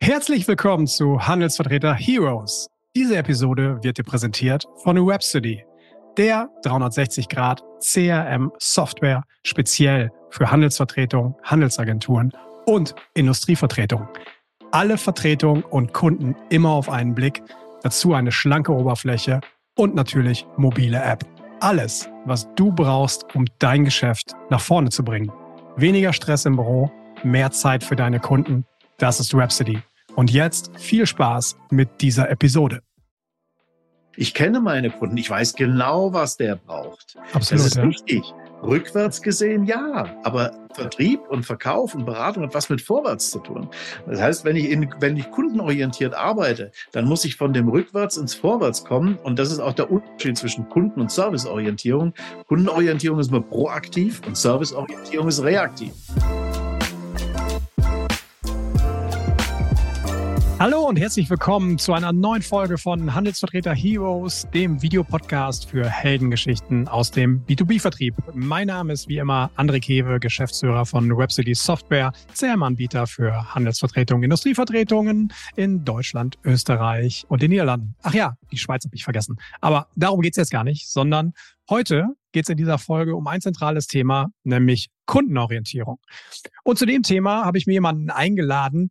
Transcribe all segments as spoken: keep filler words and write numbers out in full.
Herzlich willkommen zu Handelsvertreter Heroes. Diese Episode wird dir präsentiert von Rhapsody, der dreihundertsechzig Grad C R M-Software speziell für Handelsvertretungen, Handelsagenturen und Industrievertretungen. Alle Vertretungen und Kunden immer auf einen Blick, dazu eine schlanke Oberfläche und natürlich mobile App. Alles, was du brauchst, um dein Geschäft nach vorne zu bringen. Weniger Stress im Büro, mehr Zeit für deine Kunden. Das ist Rhapsody. Und jetzt viel Spaß mit dieser Episode. Ich kenne meine Kunden, ich weiß genau, was der braucht. Absolut, das ist ja. richtig. Rückwärts gesehen, ja. Aber Vertrieb und Verkauf und Beratung hat was mit vorwärts zu tun. Das heißt, wenn ich, in, wenn ich kundenorientiert arbeite, dann muss ich von dem Rückwärts ins Vorwärts kommen. Und das ist auch der Unterschied zwischen Kunden- und Serviceorientierung. Kundenorientierung ist immer proaktiv und Serviceorientierung ist reaktiv. Hallo und herzlich willkommen zu einer neuen Folge von Handelsvertreter Heroes, dem Videopodcast für Heldengeschichten aus dem B zwei B-Vertrieb. Mein Name ist wie immer André Kewe, Geschäftsführer von Rhapsody Software, C R M-Anbieter für Handelsvertretungen, Industrievertretungen in Deutschland, Österreich und den Niederlanden. Ach ja, die Schweiz habe ich vergessen. Aber darum geht es jetzt gar nicht, sondern heute geht es in dieser Folge um ein zentrales Thema, nämlich Kundenorientierung. Und zu dem Thema habe ich mir jemanden eingeladen,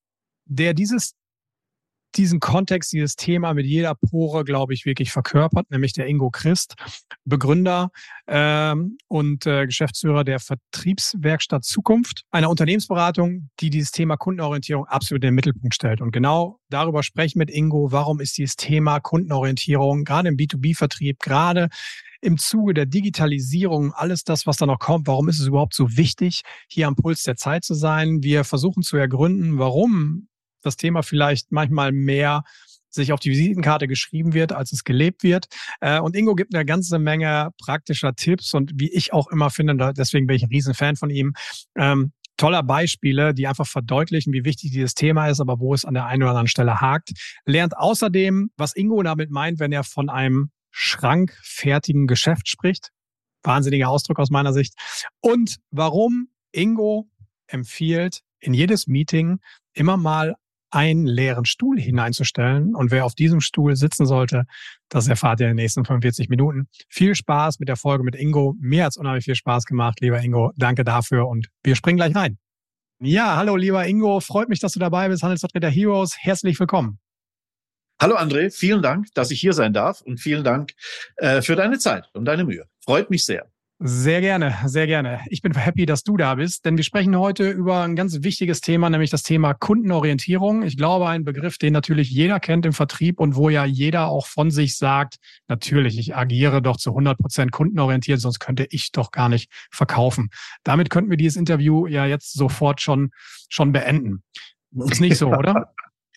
der dieses, diesen Kontext, dieses Thema mit jeder Pore, glaube ich, wirklich verkörpert, nämlich der Ingo Christ, Begründer ähm, und äh, Geschäftsführer der Vertriebswerkstatt Zukunft, einer Unternehmensberatung, die dieses Thema Kundenorientierung absolut in den Mittelpunkt stellt. Und genau darüber sprechen mit Ingo, warum ist dieses Thema Kundenorientierung gerade im B zwei B-Vertrieb, gerade im Zuge der Digitalisierung, alles das, was da noch kommt, warum ist es überhaupt so wichtig, hier am Puls der Zeit zu sein? Wir versuchen zu ergründen, warum das Thema vielleicht manchmal mehr sich auf die Visitenkarte geschrieben wird, als es gelebt wird. Und Ingo gibt eine ganze Menge praktischer Tipps und wie ich auch immer finde, deswegen bin ich ein Riesenfan von ihm, ähm, toller Beispiele, die einfach verdeutlichen, wie wichtig dieses Thema ist, aber wo es an der einen oder anderen Stelle hakt. Lernt außerdem, was Ingo damit meint, wenn er von einem schrankfertigen Geschäft spricht. Wahnsinniger Ausdruck aus meiner Sicht. Und warum Ingo empfiehlt, in jedes Meeting immer mal einen leeren Stuhl hineinzustellen. Und wer auf diesem Stuhl sitzen sollte, das erfahrt ihr in den nächsten fünfundvierzig Minuten. Viel Spaß mit der Folge mit Ingo. Mir hat's unheimlich viel Spaß gemacht, lieber Ingo. Danke dafür und wir springen gleich rein. Ja, hallo lieber Ingo. Freut mich, dass du dabei bist. Handelsvertreter Heroes. Herzlich willkommen. Hallo André, vielen Dank, dass ich hier sein darf und vielen Dank äh, für deine Zeit und deine Mühe. Freut mich sehr. Sehr gerne, sehr gerne. Ich bin happy, dass du da bist, denn wir sprechen heute über ein ganz wichtiges Thema, nämlich das Thema Kundenorientierung. Ich glaube, ein Begriff, den natürlich jeder kennt im Vertrieb und wo ja jeder auch von sich sagt, natürlich, ich agiere doch zu hundert Prozent kundenorientiert, sonst könnte ich doch gar nicht verkaufen. Damit könnten wir dieses Interview ja jetzt sofort schon, schon beenden. Ist nicht so, oder?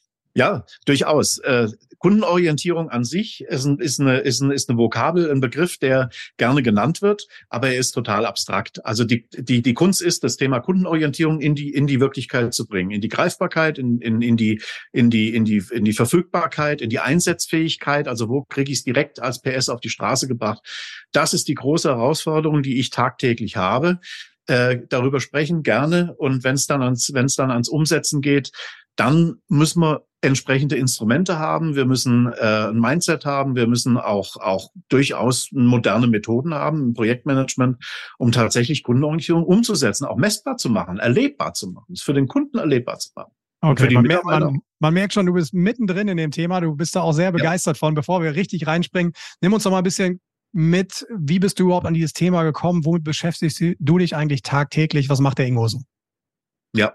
Ja, durchaus. Äh, Kundenorientierung an sich ist, ein, ist, eine, ist, ein, ist eine Vokabel, ein Begriff, der gerne genannt wird, aber er ist total abstrakt. Also die, die, die Kunst ist, das Thema Kundenorientierung in die, in die Wirklichkeit zu bringen, in die Greifbarkeit, in, in, in die, in die, in die, in die Verfügbarkeit, in die Einsatzfähigkeit. Also wo kriege ich es direkt als P S auf die Straße gebracht? Das ist die große Herausforderung, die ich tagtäglich habe. Äh, darüber sprechen gerne. Und wenn es dann ans, wenn es dann ans Umsetzen geht, dann müssen wir entsprechende Instrumente haben, wir müssen äh, ein Mindset haben, wir müssen auch auch durchaus moderne Methoden haben im Projektmanagement, um tatsächlich Kundenorientierung umzusetzen, auch messbar zu machen, erlebbar zu machen, es für den Kunden erlebbar zu machen. Okay, für die man, merkt, man, man merkt schon, du bist mittendrin in dem Thema, du bist da auch sehr begeistert ja. von. Bevor wir richtig reinspringen, nimm uns doch mal ein bisschen mit, wie bist du überhaupt an dieses Thema gekommen, womit beschäftigst du dich eigentlich tagtäglich, was macht der Ingo so? Ja,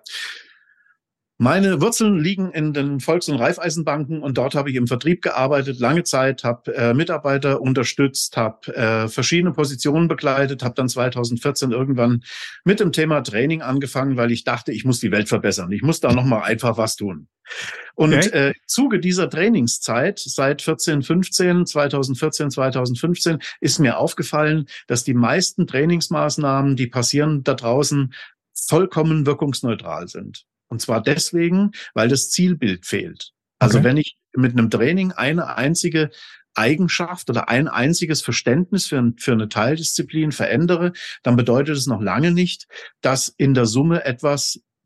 meine Wurzeln liegen in den Volks- und Raiffeisenbanken und dort habe ich im Vertrieb gearbeitet, lange Zeit, habe äh, Mitarbeiter unterstützt, habe äh, verschiedene Positionen begleitet, habe dann zweitausendvierzehn irgendwann mit dem Thema Training angefangen, weil ich dachte, ich muss die Welt verbessern. Ich muss da nochmal einfach was tun. Und okay. äh, im Zuge dieser Trainingszeit, seit vierzehn, fünfzehn, zweitausendvierzehn, zweitausendfünfzehn, ist mir aufgefallen, dass die meisten Trainingsmaßnahmen, die passieren da draußen, vollkommen wirkungsneutral sind. Und zwar deswegen, weil das Zielbild fehlt. Also okay. wenn ich mit einem Training eine einzige Eigenschaft oder ein einziges Verständnis für, für eine Teildisziplin verändere, dann bedeutet es noch lange nicht, dass in der Summe etwas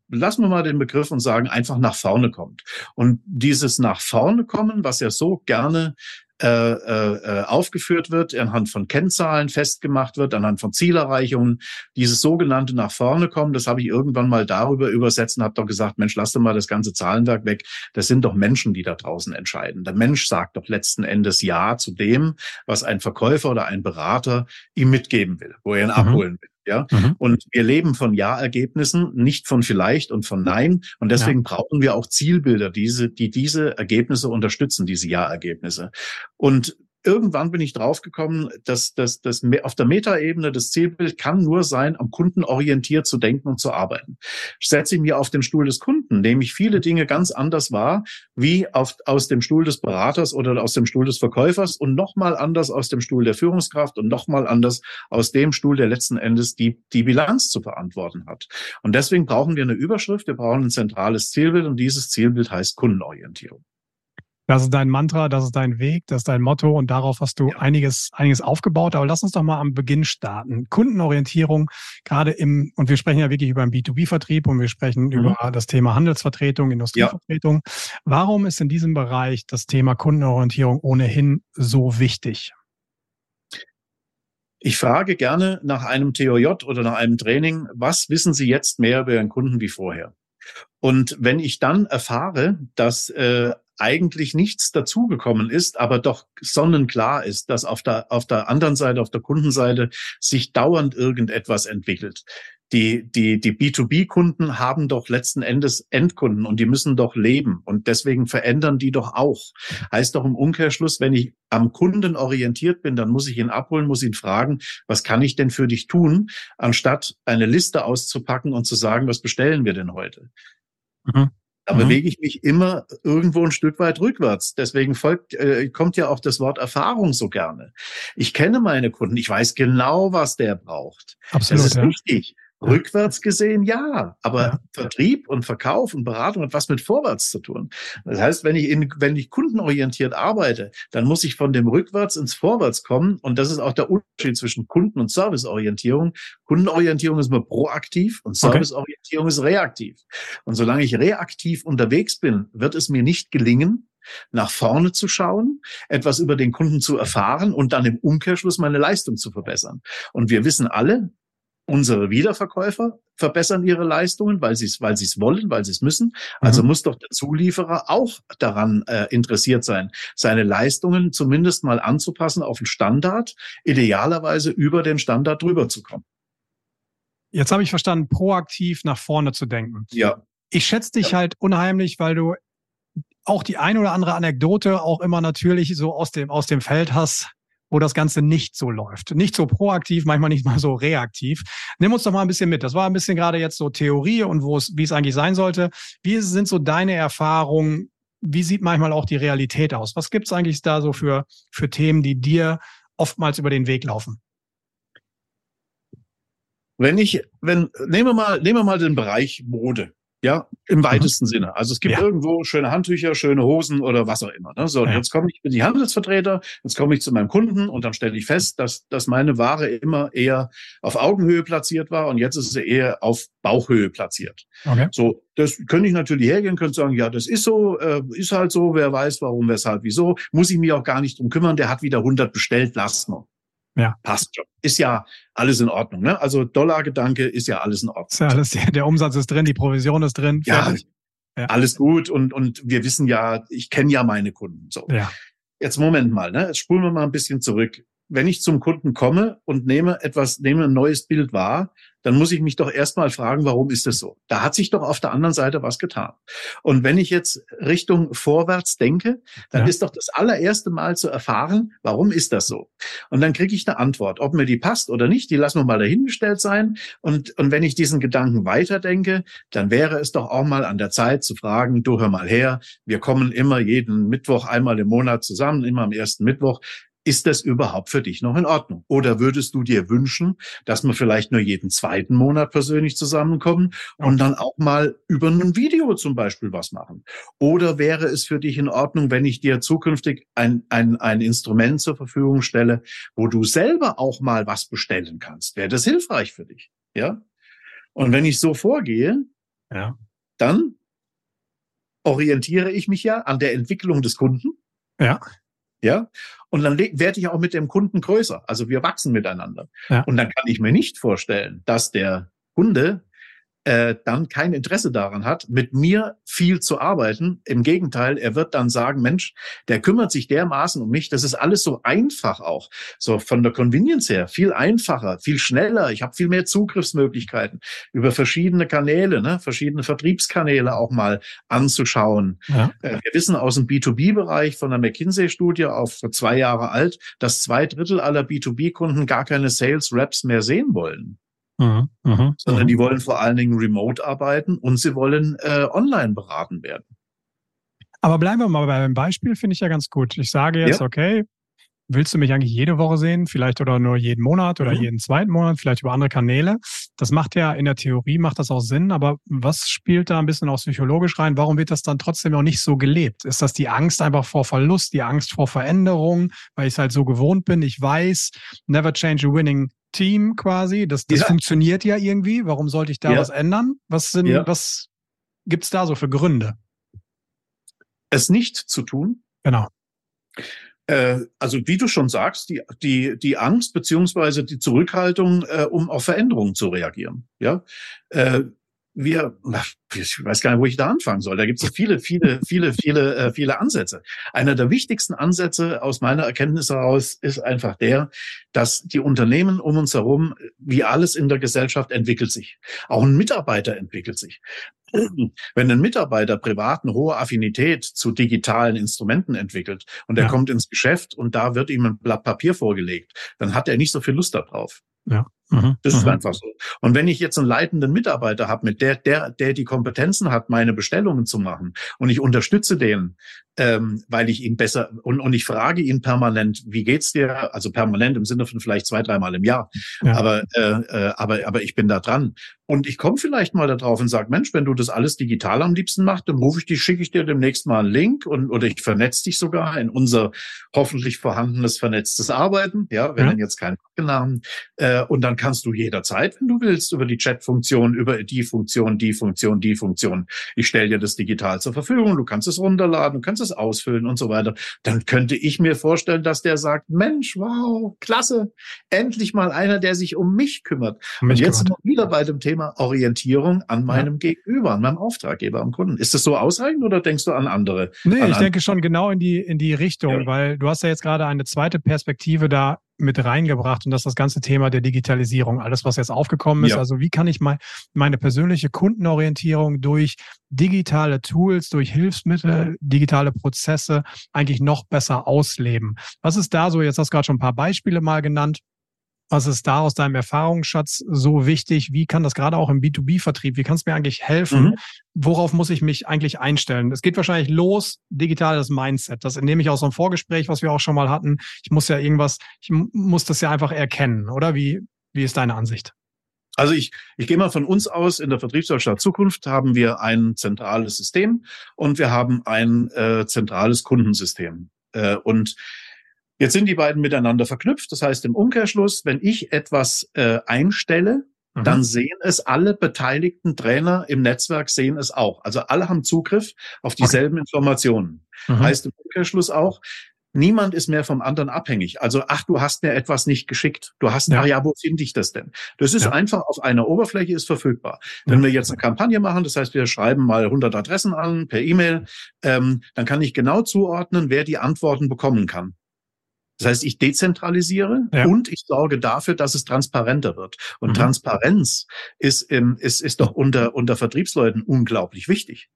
lassen wir mal den Begriff und sagen, einfach nach vorne kommt. Und dieses nach vorne kommen, was ja so gerne Äh, äh, aufgeführt wird, anhand von Kennzahlen festgemacht wird, anhand von Zielerreichungen, dieses sogenannte nach vorne kommen, das habe ich irgendwann mal darüber übersetzt und habe doch gesagt, Mensch, lass doch mal das ganze Zahlenwerk weg. Das sind doch Menschen, die da draußen entscheiden. Der Mensch sagt doch letzten Endes Ja zu dem, was ein Verkäufer oder ein Berater ihm mitgeben will, wo er ihn mhm. abholen will. Ja, mhm. Und wir leben von Ja-Ergebnissen, nicht von vielleicht und von Nein. Und deswegen ja. brauchen wir auch Zielbilder, diese, die diese Ergebnisse unterstützen, diese Ja-Ergebnisse. Und irgendwann bin ich draufgekommen, dass, dass, dass auf der Metaebene das Zielbild kann nur sein, am Kunden orientiert zu denken und zu arbeiten. Setze ich mir auf den Stuhl des Kunden, nehme ich viele Dinge ganz anders wahr, wie auf, aus dem Stuhl des Beraters oder aus dem Stuhl des Verkäufers und nochmal anders aus dem Stuhl der Führungskraft und nochmal anders aus dem Stuhl, der letzten Endes die, die Bilanz zu verantworten hat. Und deswegen brauchen wir eine Überschrift, wir brauchen ein zentrales Zielbild und dieses Zielbild heißt Kundenorientierung. Das ist dein Mantra, das ist dein Weg, das ist dein Motto und darauf hast du ja. einiges, einiges aufgebaut. Aber lass uns doch mal am Beginn starten. Kundenorientierung, gerade im, und wir sprechen ja wirklich über den B zwei B-Vertrieb und wir sprechen mhm. über das Thema Handelsvertretung, Industrievertretung. Ja. Warum ist in diesem Bereich das Thema Kundenorientierung ohnehin so wichtig? Ich frage gerne nach einem T O J oder nach einem Training, was wissen Sie jetzt mehr über Ihren Kunden wie vorher? Und wenn ich dann erfahre, dass äh, eigentlich nichts dazugekommen ist, aber doch sonnenklar ist, dass auf der, auf der anderen Seite, auf der Kundenseite sich dauernd irgendetwas entwickelt. Die, die, die B zwei B-Kunden haben doch letzten Endes Endkunden und die müssen doch leben und deswegen verändern die doch auch. Heißt doch im Umkehrschluss, wenn ich am Kunden orientiert bin, dann muss ich ihn abholen, muss ihn fragen, was kann ich denn für dich tun, anstatt eine Liste auszupacken und zu sagen, was bestellen wir denn heute? Mhm. Da mhm. bewege ich mich immer irgendwo ein Stück weit rückwärts. Deswegen folgt, äh, kommt ja auch das Wort Erfahrung so gerne. Ich kenne meine Kunden, ich weiß genau, was der braucht. Absolut, das ist ja. wichtig. Rückwärts gesehen, ja. Aber ja. Vertrieb und Verkauf und Beratung hat was mit vorwärts zu tun. Das heißt, wenn ich in, wenn ich kundenorientiert arbeite, dann muss ich von dem Rückwärts ins Vorwärts kommen. Und das ist auch der Unterschied zwischen Kunden- und Serviceorientierung. Kundenorientierung ist immer proaktiv und Serviceorientierung okay. ist reaktiv. Und solange ich reaktiv unterwegs bin, wird es mir nicht gelingen, nach vorne zu schauen, etwas über den Kunden zu erfahren und dann im Umkehrschluss meine Leistung zu verbessern. Und wir wissen alle, unsere Wiederverkäufer verbessern ihre Leistungen, weil sie es, weil sie es wollen, weil sie es müssen. Also mhm. muss doch der Zulieferer auch daran äh, interessiert sein, seine Leistungen zumindest mal anzupassen auf den Standard, idealerweise über den Standard drüber zu kommen. Jetzt habe ich verstanden, proaktiv nach vorne zu denken. Ja. Ich schätze dich ja. halt unheimlich, weil du auch die ein oder andere Anekdote auch immer natürlich so aus dem, aus dem Feld hast, wo das Ganze nicht so läuft. Nicht so proaktiv, manchmal nicht mal so reaktiv. Nimm uns doch mal ein bisschen mit. Das war ein bisschen gerade jetzt so Theorie und wo es, wie es eigentlich sein sollte. Wie sind so deine Erfahrungen? Wie sieht manchmal auch die Realität aus? Was gibt es eigentlich da so für, für Themen, die dir oftmals über den Weg laufen? Wenn ich, wenn, nehmen wir mal, nehmen wir mal den Bereich Mode. Ja, im weitesten mhm. Sinne. Also es gibt ja. irgendwo schöne Handtücher, schöne Hosen oder was auch immer. Ne? So, und ja. jetzt komme ich mit die Handelsvertreter, jetzt komme ich zu meinem Kunden und dann stelle ich fest, dass, dass meine Ware immer eher auf Augenhöhe platziert war und jetzt ist sie eher auf Bauchhöhe platziert. Okay. So, das könnte ich natürlich hergehen, könnte sagen, ja, das ist so, äh, ist halt so, wer weiß warum, weshalb, wieso, muss ich mich auch gar nicht drum kümmern, der hat wieder hundert bestellt, lasst noch. Ja. Passt schon. Ist ja alles in Ordnung, ne? Also Dollargedanke ist ja alles in Ordnung. Ist ja alles, der Umsatz ist drin, die Provision ist drin. Ja, ja, alles gut und und wir wissen ja, ich kenne ja meine Kunden. So. Ja. Jetzt Moment mal, ne? Jetzt spulen wir mal ein bisschen zurück. Wenn ich zum Kunden komme und nehme etwas, nehme ein neues Bild wahr, dann muss ich mich doch erstmal fragen, warum ist das so? Da hat sich doch auf der anderen Seite was getan. Und wenn ich jetzt Richtung vorwärts denke, dann ja. ist doch das allererste Mal zu erfahren, warum ist das so? Und dann kriege ich eine Antwort. Ob mir die passt oder nicht, die lassen wir mal dahingestellt sein. Und, und wenn ich diesen Gedanken weiterdenke, dann wäre es doch auch mal an der Zeit zu fragen, du hör mal her, wir kommen immer jeden Mittwoch einmal im Monat zusammen, immer am ersten Mittwoch. Ist das überhaupt für dich noch in Ordnung? Oder würdest du dir wünschen, dass wir vielleicht nur jeden zweiten Monat persönlich zusammenkommen und dann auch mal über ein Video zum Beispiel was machen? Oder wäre es für dich in Ordnung, wenn ich dir zukünftig ein, ein, ein Instrument zur Verfügung stelle, wo du selber auch mal was bestellen kannst? Wäre das hilfreich für dich? Ja? Und wenn ich so vorgehe, Ja. Dann orientiere ich mich ja an der Entwicklung des Kunden. Ja. Ja. Und dann werde ich auch mit dem Kunden größer. Also wir wachsen miteinander. Ja. Und dann kann ich mir nicht vorstellen, dass der Kunde äh, dann kein Interesse daran hat, mit mir viel zu arbeiten. Im Gegenteil, er wird dann sagen, Mensch, der kümmert sich dermaßen um mich. Das ist alles so einfach auch. So von der Convenience her, viel einfacher, viel schneller. Ich habe viel mehr Zugriffsmöglichkeiten über verschiedene Kanäle, ne, verschiedene Vertriebskanäle auch mal anzuschauen. Ja. Äh, wir wissen aus dem B zwei B-Bereich von der McKinsey-Studie, auf zwei Jahre alt, dass zwei Drittel aller B zwei B-Kunden gar keine Sales Reps mehr sehen wollen. Mhm, mh, Sondern mh. die wollen vor allen Dingen remote arbeiten und sie wollen äh, online beraten werden. Aber bleiben wir mal beim Beispiel, finde ich ja ganz gut. Ich sage jetzt, Ja. okay, willst du mich eigentlich jede Woche sehen? Vielleicht oder nur jeden Monat oder Mhm. jeden zweiten Monat, vielleicht über andere Kanäle. Das macht ja in der Theorie, macht das auch Sinn, aber was spielt da ein bisschen auch psychologisch rein? Warum wird das dann trotzdem auch nicht so gelebt? Ist das die Angst einfach vor Verlust, die Angst vor Veränderung, weil ich es halt so gewohnt bin? Ich weiß, never change a winning Team quasi. Das, das Ja. funktioniert ja irgendwie. Warum sollte ich da Ja. was ändern? Was sind, Ja. was gibt's da so für Gründe? Es nicht zu tun. Genau. Äh, also wie du schon sagst, die die die Angst beziehungsweise die Zurückhaltung, äh, um auf Veränderungen zu reagieren. Ja, äh, wir, ich weiß gar nicht, wo ich da anfangen soll. Da gibt es viele, viele, viele, viele, äh, viele Ansätze. Einer der wichtigsten Ansätze aus meiner Erkenntnis heraus ist einfach der, dass die Unternehmen um uns herum, wie alles in der Gesellschaft, entwickelt sich. Auch ein Mitarbeiter entwickelt sich. Wenn ein Mitarbeiter privat eine hohe Affinität zu digitalen Instrumenten entwickelt und er Ja. kommt ins Geschäft und da wird ihm ein Blatt Papier vorgelegt, dann hat er nicht so viel Lust darauf. Ja. Mhm. Das ist Mhm. einfach so. Und wenn ich jetzt einen leitenden Mitarbeiter habe, mit der, der, der die Kompetenzen hat, meine Bestellungen zu machen, und ich unterstütze den, ähm, weil ich ihn besser, und, und ich frage ihn permanent, wie geht's dir? Also permanent im Sinne von vielleicht zwei, dreimal im Jahr. Ja. Aber, äh, äh, aber, aber ich bin da dran. Und ich komme vielleicht mal da drauf und sage, Mensch, wenn du das alles digital am liebsten machst, dann rufe ich dich, schicke ich dir demnächst mal einen Link und, oder ich vernetze dich sogar in unser hoffentlich vorhandenes vernetztes Arbeiten. Ja, wir Ja. nennen jetzt keinen Namen. Äh, und dann kannst du jederzeit, wenn du willst, über die Chat-Funktion, über die Funktion, die Funktion, die Funktion. Ich stelle dir das digital zur Verfügung. Du kannst es runterladen, du kannst es ausfüllen und so weiter. Dann könnte ich mir vorstellen, dass der sagt, Mensch, wow, klasse. Endlich mal einer, der sich um mich kümmert. Um mich und jetzt sind kümmert. wir wieder bei dem Thema Orientierung an meinem Ja. Gegenüber, an meinem Auftraggeber, am Kunden. Ist das so ausreichend oder denkst du an andere? Nee, an ich denke schon genau in die, in die Richtung, Ja. weil du hast ja jetzt gerade eine zweite Perspektive da mit reingebracht und das ist das ganze Thema der Digitalisierung, alles, was jetzt aufgekommen ist. Ja. Also wie kann ich mal meine persönliche Kundenorientierung durch digitale Tools, durch Hilfsmittel, digitale Prozesse eigentlich noch besser ausleben? Was ist da so, jetzt hast du gerade schon ein paar Beispiele mal genannt, was ist da aus deinem Erfahrungsschatz so wichtig? Wie kann das gerade auch im B zwei B-Vertrieb, wie kann es mir eigentlich helfen? Mhm. Worauf muss ich mich eigentlich einstellen? Es geht wahrscheinlich los, digitales Mindset. Das entnehme ich aus so einem Vorgespräch, was wir auch schon mal hatten. Ich muss ja irgendwas, ich muss das ja einfach erkennen, oder? Wie, wie ist deine Ansicht? Also ich, ich gehe mal von uns aus, in der Vertriebswerkstatt Zukunft haben wir ein zentrales System und wir haben ein äh, zentrales Kundensystem. Äh, und jetzt sind die beiden miteinander verknüpft. Das heißt im Umkehrschluss, wenn ich etwas äh, einstelle, Mhm. dann sehen es alle beteiligten Trainer im Netzwerk, sehen es auch. Also alle haben Zugriff auf dieselben Informationen. Mhm. Heißt im Umkehrschluss auch, niemand ist mehr vom anderen abhängig. Also, ach, du hast mir etwas nicht geschickt. Du hast, Ja. ach ja, wo finde ich das denn? Das ist Ja. einfach auf einer Oberfläche, ist verfügbar. Wenn Ja. wir jetzt eine Kampagne machen, das heißt, wir schreiben mal hundert Adressen an per E-Mail, ähm, dann kann ich genau zuordnen, wer die Antworten bekommen kann. Das heißt, ich dezentralisiere Ja. und ich sorge dafür, dass es transparenter wird. Und Mhm. Transparenz ist, im, ist, ist doch unter, unter Vertriebsleuten unglaublich wichtig.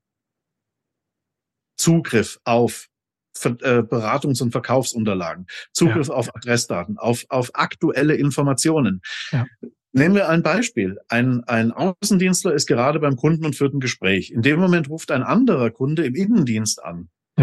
Zugriff auf Ver, äh, Beratungs- und Verkaufsunterlagen, Zugriff Ja. auf Adressdaten, auf, auf aktuelle Informationen. Ja. Nehmen wir ein Beispiel. Ein, ein Außendienstler ist gerade beim Kunden und führt ein Gespräch. In dem Moment ruft ein anderer Kunde im Innendienst an. Ja.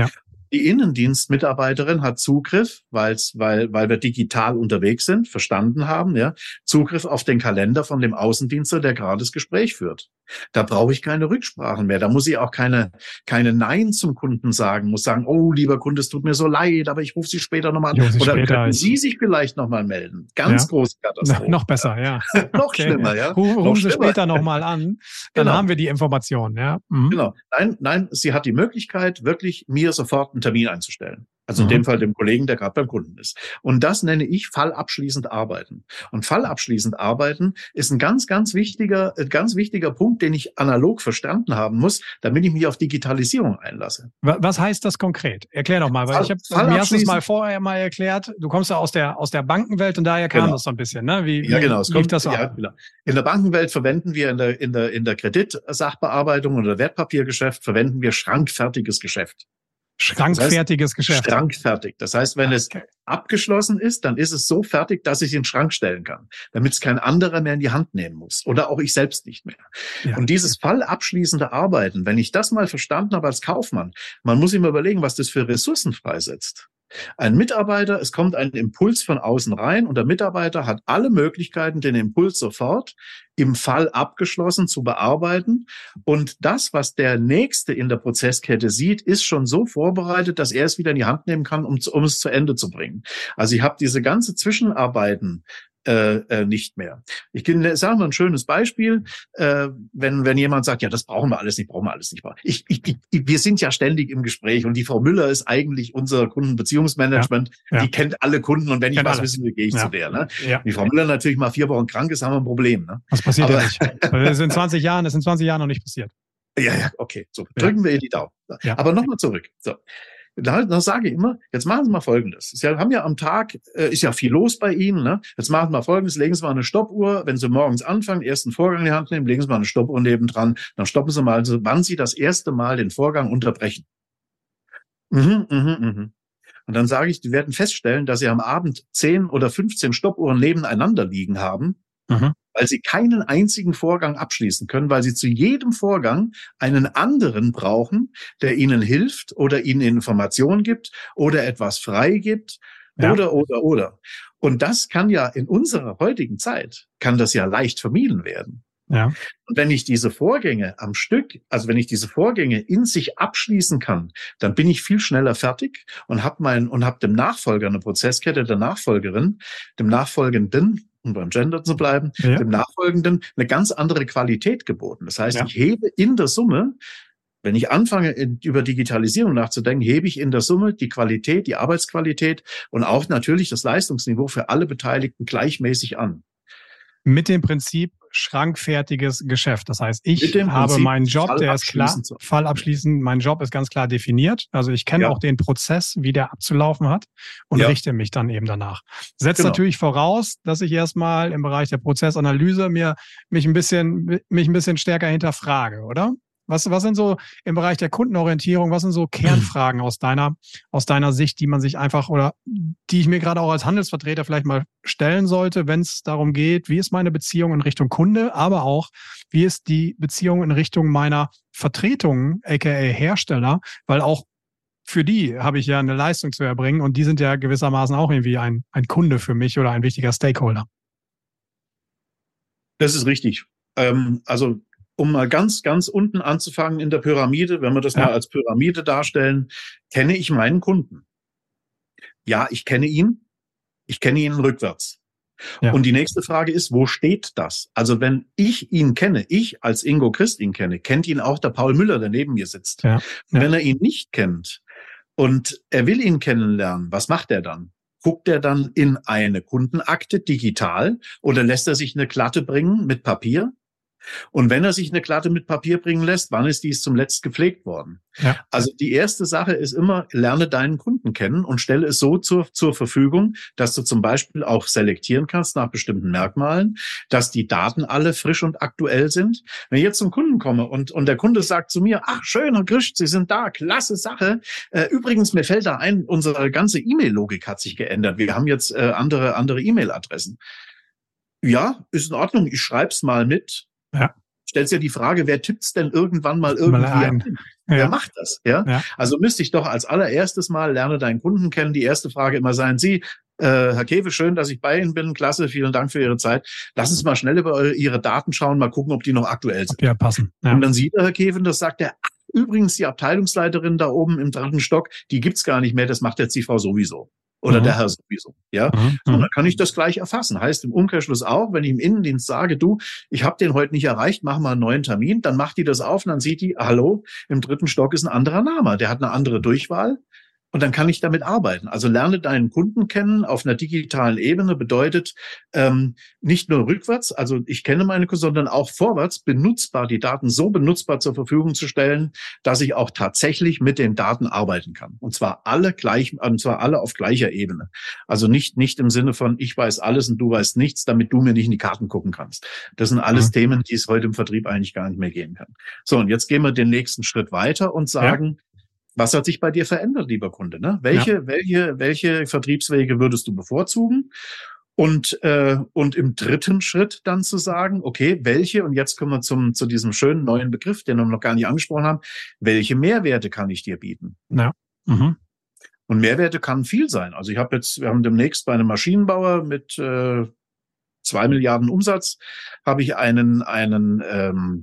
Die Innendienstmitarbeiterin hat Zugriff, weil's, weil, weil wir digital unterwegs sind, verstanden haben, ja, Zugriff auf den Kalender von dem Außendienstler, der gerade das Gespräch führt. Da brauche ich keine Rücksprachen mehr. Da muss ich auch keine, keine Nein zum Kunden sagen, muss sagen, oh, lieber Kunde, es tut mir so leid, aber ich rufe Sie später nochmal an. Oder später, können Sie sich vielleicht nochmal melden? Ganz ja. große Katastrophe. No, noch besser, ja. noch okay. schlimmer, ja. Rufen noch Sie schlimmer. später nochmal an, dann genau. haben wir die Informationen, ja. Mhm. Genau. Nein, nein, sie hat die Möglichkeit, wirklich mir sofort einen Termin einzustellen. Also in mhm. dem Fall dem Kollegen, der gerade beim Kunden ist. Und das nenne ich fallabschließend arbeiten. Und fallabschließend arbeiten ist ein ganz, ganz wichtiger, ein ganz wichtiger Punkt, den ich analog verstanden haben muss, damit ich mich auf Digitalisierung einlasse. Was heißt das konkret? Erklär doch mal, weil ich habe mir hast es mal vorher mal erklärt. Du kommst ja aus der aus der Bankenwelt und daher kam genau. das so ein bisschen, ne? Wie, ja, genau. Es kommt, das so ja, genau. In der Bankenwelt verwenden wir in der in der in der Kreditsachbearbeitung oder Wertpapiergeschäft verwenden wir schrankfertiges Geschäft. Schrankfertiges das heißt, Geschäft. Schrankfertig. Das heißt, wenn okay. es abgeschlossen ist, dann ist es so fertig, dass ich es in den Schrank stellen kann, damit es kein anderer mehr in die Hand nehmen muss oder auch ich selbst nicht mehr. Ja. Und dieses fallabschließende Arbeiten, wenn ich das mal verstanden habe als Kaufmann, man muss immer überlegen, was das für Ressourcen freisetzt. Ein Mitarbeiter, es kommt ein Impuls von außen rein und der Mitarbeiter hat alle Möglichkeiten, den Impuls sofort im Fall abgeschlossen zu bearbeiten. Und das, was der Nächste in der Prozesskette sieht, ist schon so vorbereitet, dass er es wieder in die Hand nehmen kann, um, um es zu Ende zu bringen. Also ich habe diese ganze Zwischenarbeiten Äh, äh, nicht mehr. Ich sage mal ein schönes Beispiel, äh, wenn wenn jemand sagt, ja, das brauchen wir alles nicht, brauchen wir alles nicht. Ich, ich, ich, wir sind ja ständig im Gespräch und die Frau Müller ist eigentlich unser Kundenbeziehungsmanagement, ja, ja. die kennt alle Kunden und wenn ich was wissen will, gehe ich ja. zu der. Ne? Ja. Die Frau Müller natürlich mal vier Wochen krank ist, haben wir ein Problem. Ne? Was passiert aber, ja nicht? Weil das ist in zwanzig Jahren, das ist in zwanzig Jahren noch nicht passiert. Ja, ja, okay. So, drücken ja. wir ihr die Daumen. Ja. Aber nochmal zurück. So. Da, da sage ich immer, jetzt machen Sie mal Folgendes. Sie haben ja am Tag, äh, ist ja viel los bei Ihnen, ne? Jetzt machen Sie mal Folgendes, legen Sie mal eine Stoppuhr, wenn Sie morgens anfangen, ersten Vorgang in die Hand nehmen, legen Sie mal eine Stoppuhr nebendran, dann stoppen Sie mal, wann Sie das erste Mal den Vorgang unterbrechen. Mhm, mhm, mhm. Und dann sage ich, die werden feststellen, dass Sie am Abend zehn oder fünfzehn Stoppuhren nebeneinander liegen haben, mhm. weil Sie keinen einzigen Vorgang abschließen können, weil Sie zu jedem Vorgang einen anderen brauchen, der Ihnen hilft oder Ihnen Informationen gibt oder etwas freigibt ja. oder, oder, oder. Und das kann ja in unserer heutigen Zeit, kann das ja leicht vermieden werden. Ja. Und wenn ich diese Vorgänge am Stück, also wenn ich diese Vorgänge in sich abschließen kann, dann bin ich viel schneller fertig und habe mein und habe dem Nachfolger eine Prozesskette der Nachfolgerin, dem Nachfolgenden, um beim Gender zu bleiben, ja. dem Nachfolgenden eine ganz andere Qualität geboten. Das heißt, ja. ich hebe in der Summe, wenn ich anfange, in, über Digitalisierung nachzudenken, hebe ich in der Summe die Qualität, die Arbeitsqualität und auch natürlich das Leistungsniveau für alle Beteiligten gleichmäßig an. Mit dem Prinzip schrankfertiges Geschäft. Das heißt, ich habe meinen Job, der ist klar, Fall abschließen, mein Job ist ganz klar definiert. Also ich kenne ja. auch den Prozess, wie der abzulaufen hat und ja. richte mich dann eben danach. Setzt genau. natürlich voraus, dass ich erstmal im Bereich der Prozessanalyse mir mich ein bisschen mich ein bisschen stärker hinterfrage, oder? Was, was sind so im Bereich der Kundenorientierung, was sind so Kernfragen aus deiner, aus deiner Sicht, die man sich einfach oder die ich mir gerade auch als Handelsvertreter vielleicht mal stellen sollte, wenn es darum geht, wie ist meine Beziehung in Richtung Kunde, aber auch, wie ist die Beziehung in Richtung meiner Vertretungen, aka Hersteller, weil auch für die habe ich ja eine Leistung zu erbringen und die sind ja gewissermaßen auch irgendwie ein, ein Kunde für mich oder ein wichtiger Stakeholder. Das ist richtig. Ähm, also um mal ganz, ganz unten anzufangen in der Pyramide, wenn wir das ja. mal als Pyramide darstellen, kenne ich meinen Kunden. Ja, ich kenne ihn. Ich kenne ihn rückwärts. Ja. Und die nächste Frage ist, wo steht das? Also wenn ich ihn kenne, ich als Ingo Christ ihn kenne, kennt ihn auch der Paul Müller, der neben mir sitzt. Ja. Ja. Wenn er ihn nicht kennt und er will ihn kennenlernen, was macht er dann? Guckt er dann in eine Kundenakte digital oder lässt er sich eine Klatte bringen mit Papier? Und wenn er sich eine Klatte mit Papier bringen lässt, wann ist dies zum Letzt gepflegt worden? Ja. Also die erste Sache ist immer, lerne deinen Kunden kennen und stelle es so zur, zur Verfügung, dass du zum Beispiel auch selektieren kannst nach bestimmten Merkmalen, dass die Daten alle frisch und aktuell sind. Wenn ich jetzt zum Kunden komme und, und der Kunde sagt zu mir, ach schön, Herr Grisch, Sie sind da, klasse Sache. Äh, übrigens, mir fällt da ein, unsere ganze E-Mail-Logik hat sich geändert. Wir haben jetzt äh, andere, andere E-Mail-Adressen. Ja, ist in Ordnung, ich schreib's mal mit. Ja. stellst dir die Frage, wer tippt's denn irgendwann mal irgendwie mal ein. ein? Ja. Wer macht das? Ja? Ja. Also müsste ich doch als allererstes mal, lerne deinen Kunden kennen, die erste Frage immer sein, Sie, äh, Herr Kewe, schön, dass ich bei Ihnen bin, klasse, vielen Dank für Ihre Zeit. Lass uns mal schnell über eure, Ihre Daten schauen, mal gucken, ob die noch aktuell sind. Ja, passen. Ja. Und dann sieht der Herr Kewe, das sagt er, ach, übrigens die Abteilungsleiterin da oben im dritten Stock, die gibt's gar nicht mehr, das macht jetzt die Frau sowieso. Oder mhm. der Herr sowieso, ja. Mhm. So, dann kann ich das gleich erfassen. Heißt im Umkehrschluss auch, wenn ich im Innendienst sage, du, ich habe den heute nicht erreicht, mach mal einen neuen Termin, dann macht die das auf und dann sieht die, hallo, im dritten Stock ist ein anderer Name, der hat eine andere Durchwahl. Und dann kann ich damit arbeiten. Also lerne deinen Kunden kennen auf einer digitalen Ebene bedeutet ähm, nicht nur rückwärts, also ich kenne meine Kunden, sondern auch vorwärts benutzbar, die Daten so benutzbar zur Verfügung zu stellen, dass ich auch tatsächlich mit den Daten arbeiten kann. Und zwar alle gleich, und zwar alle auf gleicher Ebene. Also nicht nicht im Sinne von ich weiß alles und du weißt nichts, damit du mir nicht in die Karten gucken kannst. Das sind alles mhm. Themen, die es heute im Vertrieb eigentlich gar nicht mehr gehen kann. So, und jetzt gehen wir den nächsten Schritt weiter und sagen, ja. Was hat sich bei dir verändert, lieber Kunde? Ne? Welche, ja. welche, welche Vertriebswege würdest du bevorzugen? Und äh, und im dritten Schritt dann zu sagen, okay, welche? Und jetzt kommen wir zum zu diesem schönen neuen Begriff, den wir noch gar nicht angesprochen haben. Welche Mehrwerte kann ich dir bieten? Ja. Mhm. Und Mehrwerte kann viel sein. Also ich habe jetzt, wir haben demnächst bei einem Maschinenbauer mit äh, zwei Milliarden Umsatz habe ich einen einen ähm,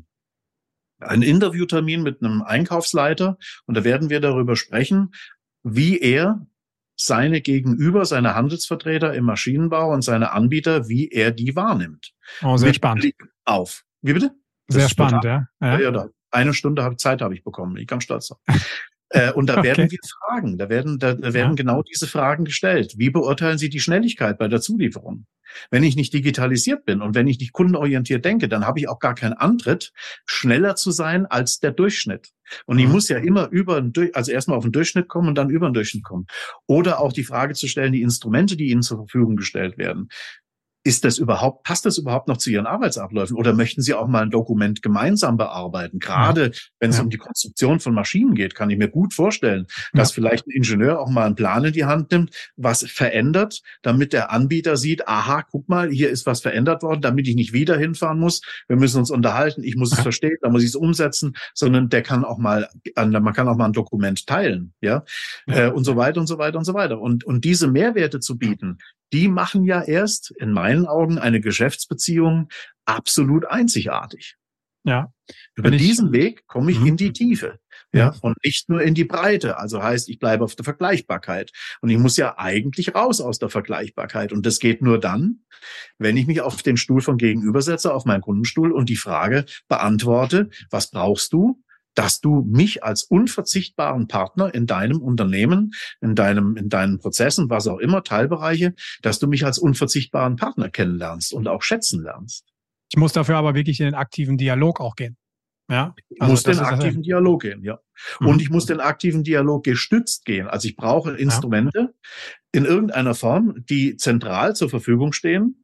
einen Interviewtermin mit einem Einkaufsleiter und da werden wir darüber sprechen, wie er seine Gegenüber, seine Handelsvertreter im Maschinenbau und seine Anbieter, wie er die wahrnimmt. Oh, sehr mit spannend. Blick auf. Wie bitte? Das sehr spannend, total, ja. ja. ja da, eine Stunde hab, Zeit habe ich bekommen, bin ich ganz stolz drauf. Äh, und da okay. werden wir Fragen, da werden, da, da werden ja. genau diese Fragen gestellt. Wie beurteilen Sie die Schnelligkeit bei der Zulieferung? Wenn ich nicht digitalisiert bin und wenn ich nicht kundenorientiert denke, dann habe ich auch gar keinen Antritt, schneller zu sein als der Durchschnitt. Und ich muss ja immer über, also erstmal auf den Durchschnitt kommen und dann über den Durchschnitt kommen. Oder auch die Frage zu stellen, die Instrumente, die Ihnen zur Verfügung gestellt werden. Ist das überhaupt, passt das überhaupt noch zu Ihren Arbeitsabläufen? Oder möchten Sie auch mal ein Dokument gemeinsam bearbeiten? Gerade ja. wenn es ja. um die Konstruktion von Maschinen geht, kann ich mir gut vorstellen, dass ja. vielleicht ein Ingenieur auch mal einen Plan in die Hand nimmt, was verändert, damit der Anbieter sieht, aha, guck mal, hier ist was verändert worden, damit ich nicht wieder hinfahren muss. Wir müssen uns unterhalten, ich muss ja. es verstehen, da muss ich es umsetzen, sondern der kann auch mal, man kann auch mal ein Dokument teilen, ja, ja. Äh, und so weiter und so weiter und so weiter. Und, und diese Mehrwerte zu bieten, die machen ja erst in meinen Augen eine Geschäftsbeziehung absolut einzigartig. Ja. Über diesen Weg komme ich mhm. in die Tiefe, ja, und nicht nur in die Breite. Also heißt, ich bleibe auf der Vergleichbarkeit. Und ich muss ja eigentlich raus aus der Vergleichbarkeit. Und das geht nur dann, wenn ich mich auf den Stuhl von gegenüber setze, auf meinen Kundenstuhl und die Frage beantworte, was brauchst du? Dass du mich als unverzichtbaren Partner in deinem Unternehmen, in deinem, in deinen Prozessen, was auch immer, Teilbereiche, dass du mich als unverzichtbaren Partner kennenlernst und auch schätzen lernst. Ich muss dafür aber wirklich in den aktiven Dialog auch gehen. Ja. Ich also muss den aktiven das Dialog gehen, ja. Mhm. Und ich muss den aktiven Dialog gestützt gehen. Also ich brauche Instrumente ja. in irgendeiner Form, die zentral zur Verfügung stehen,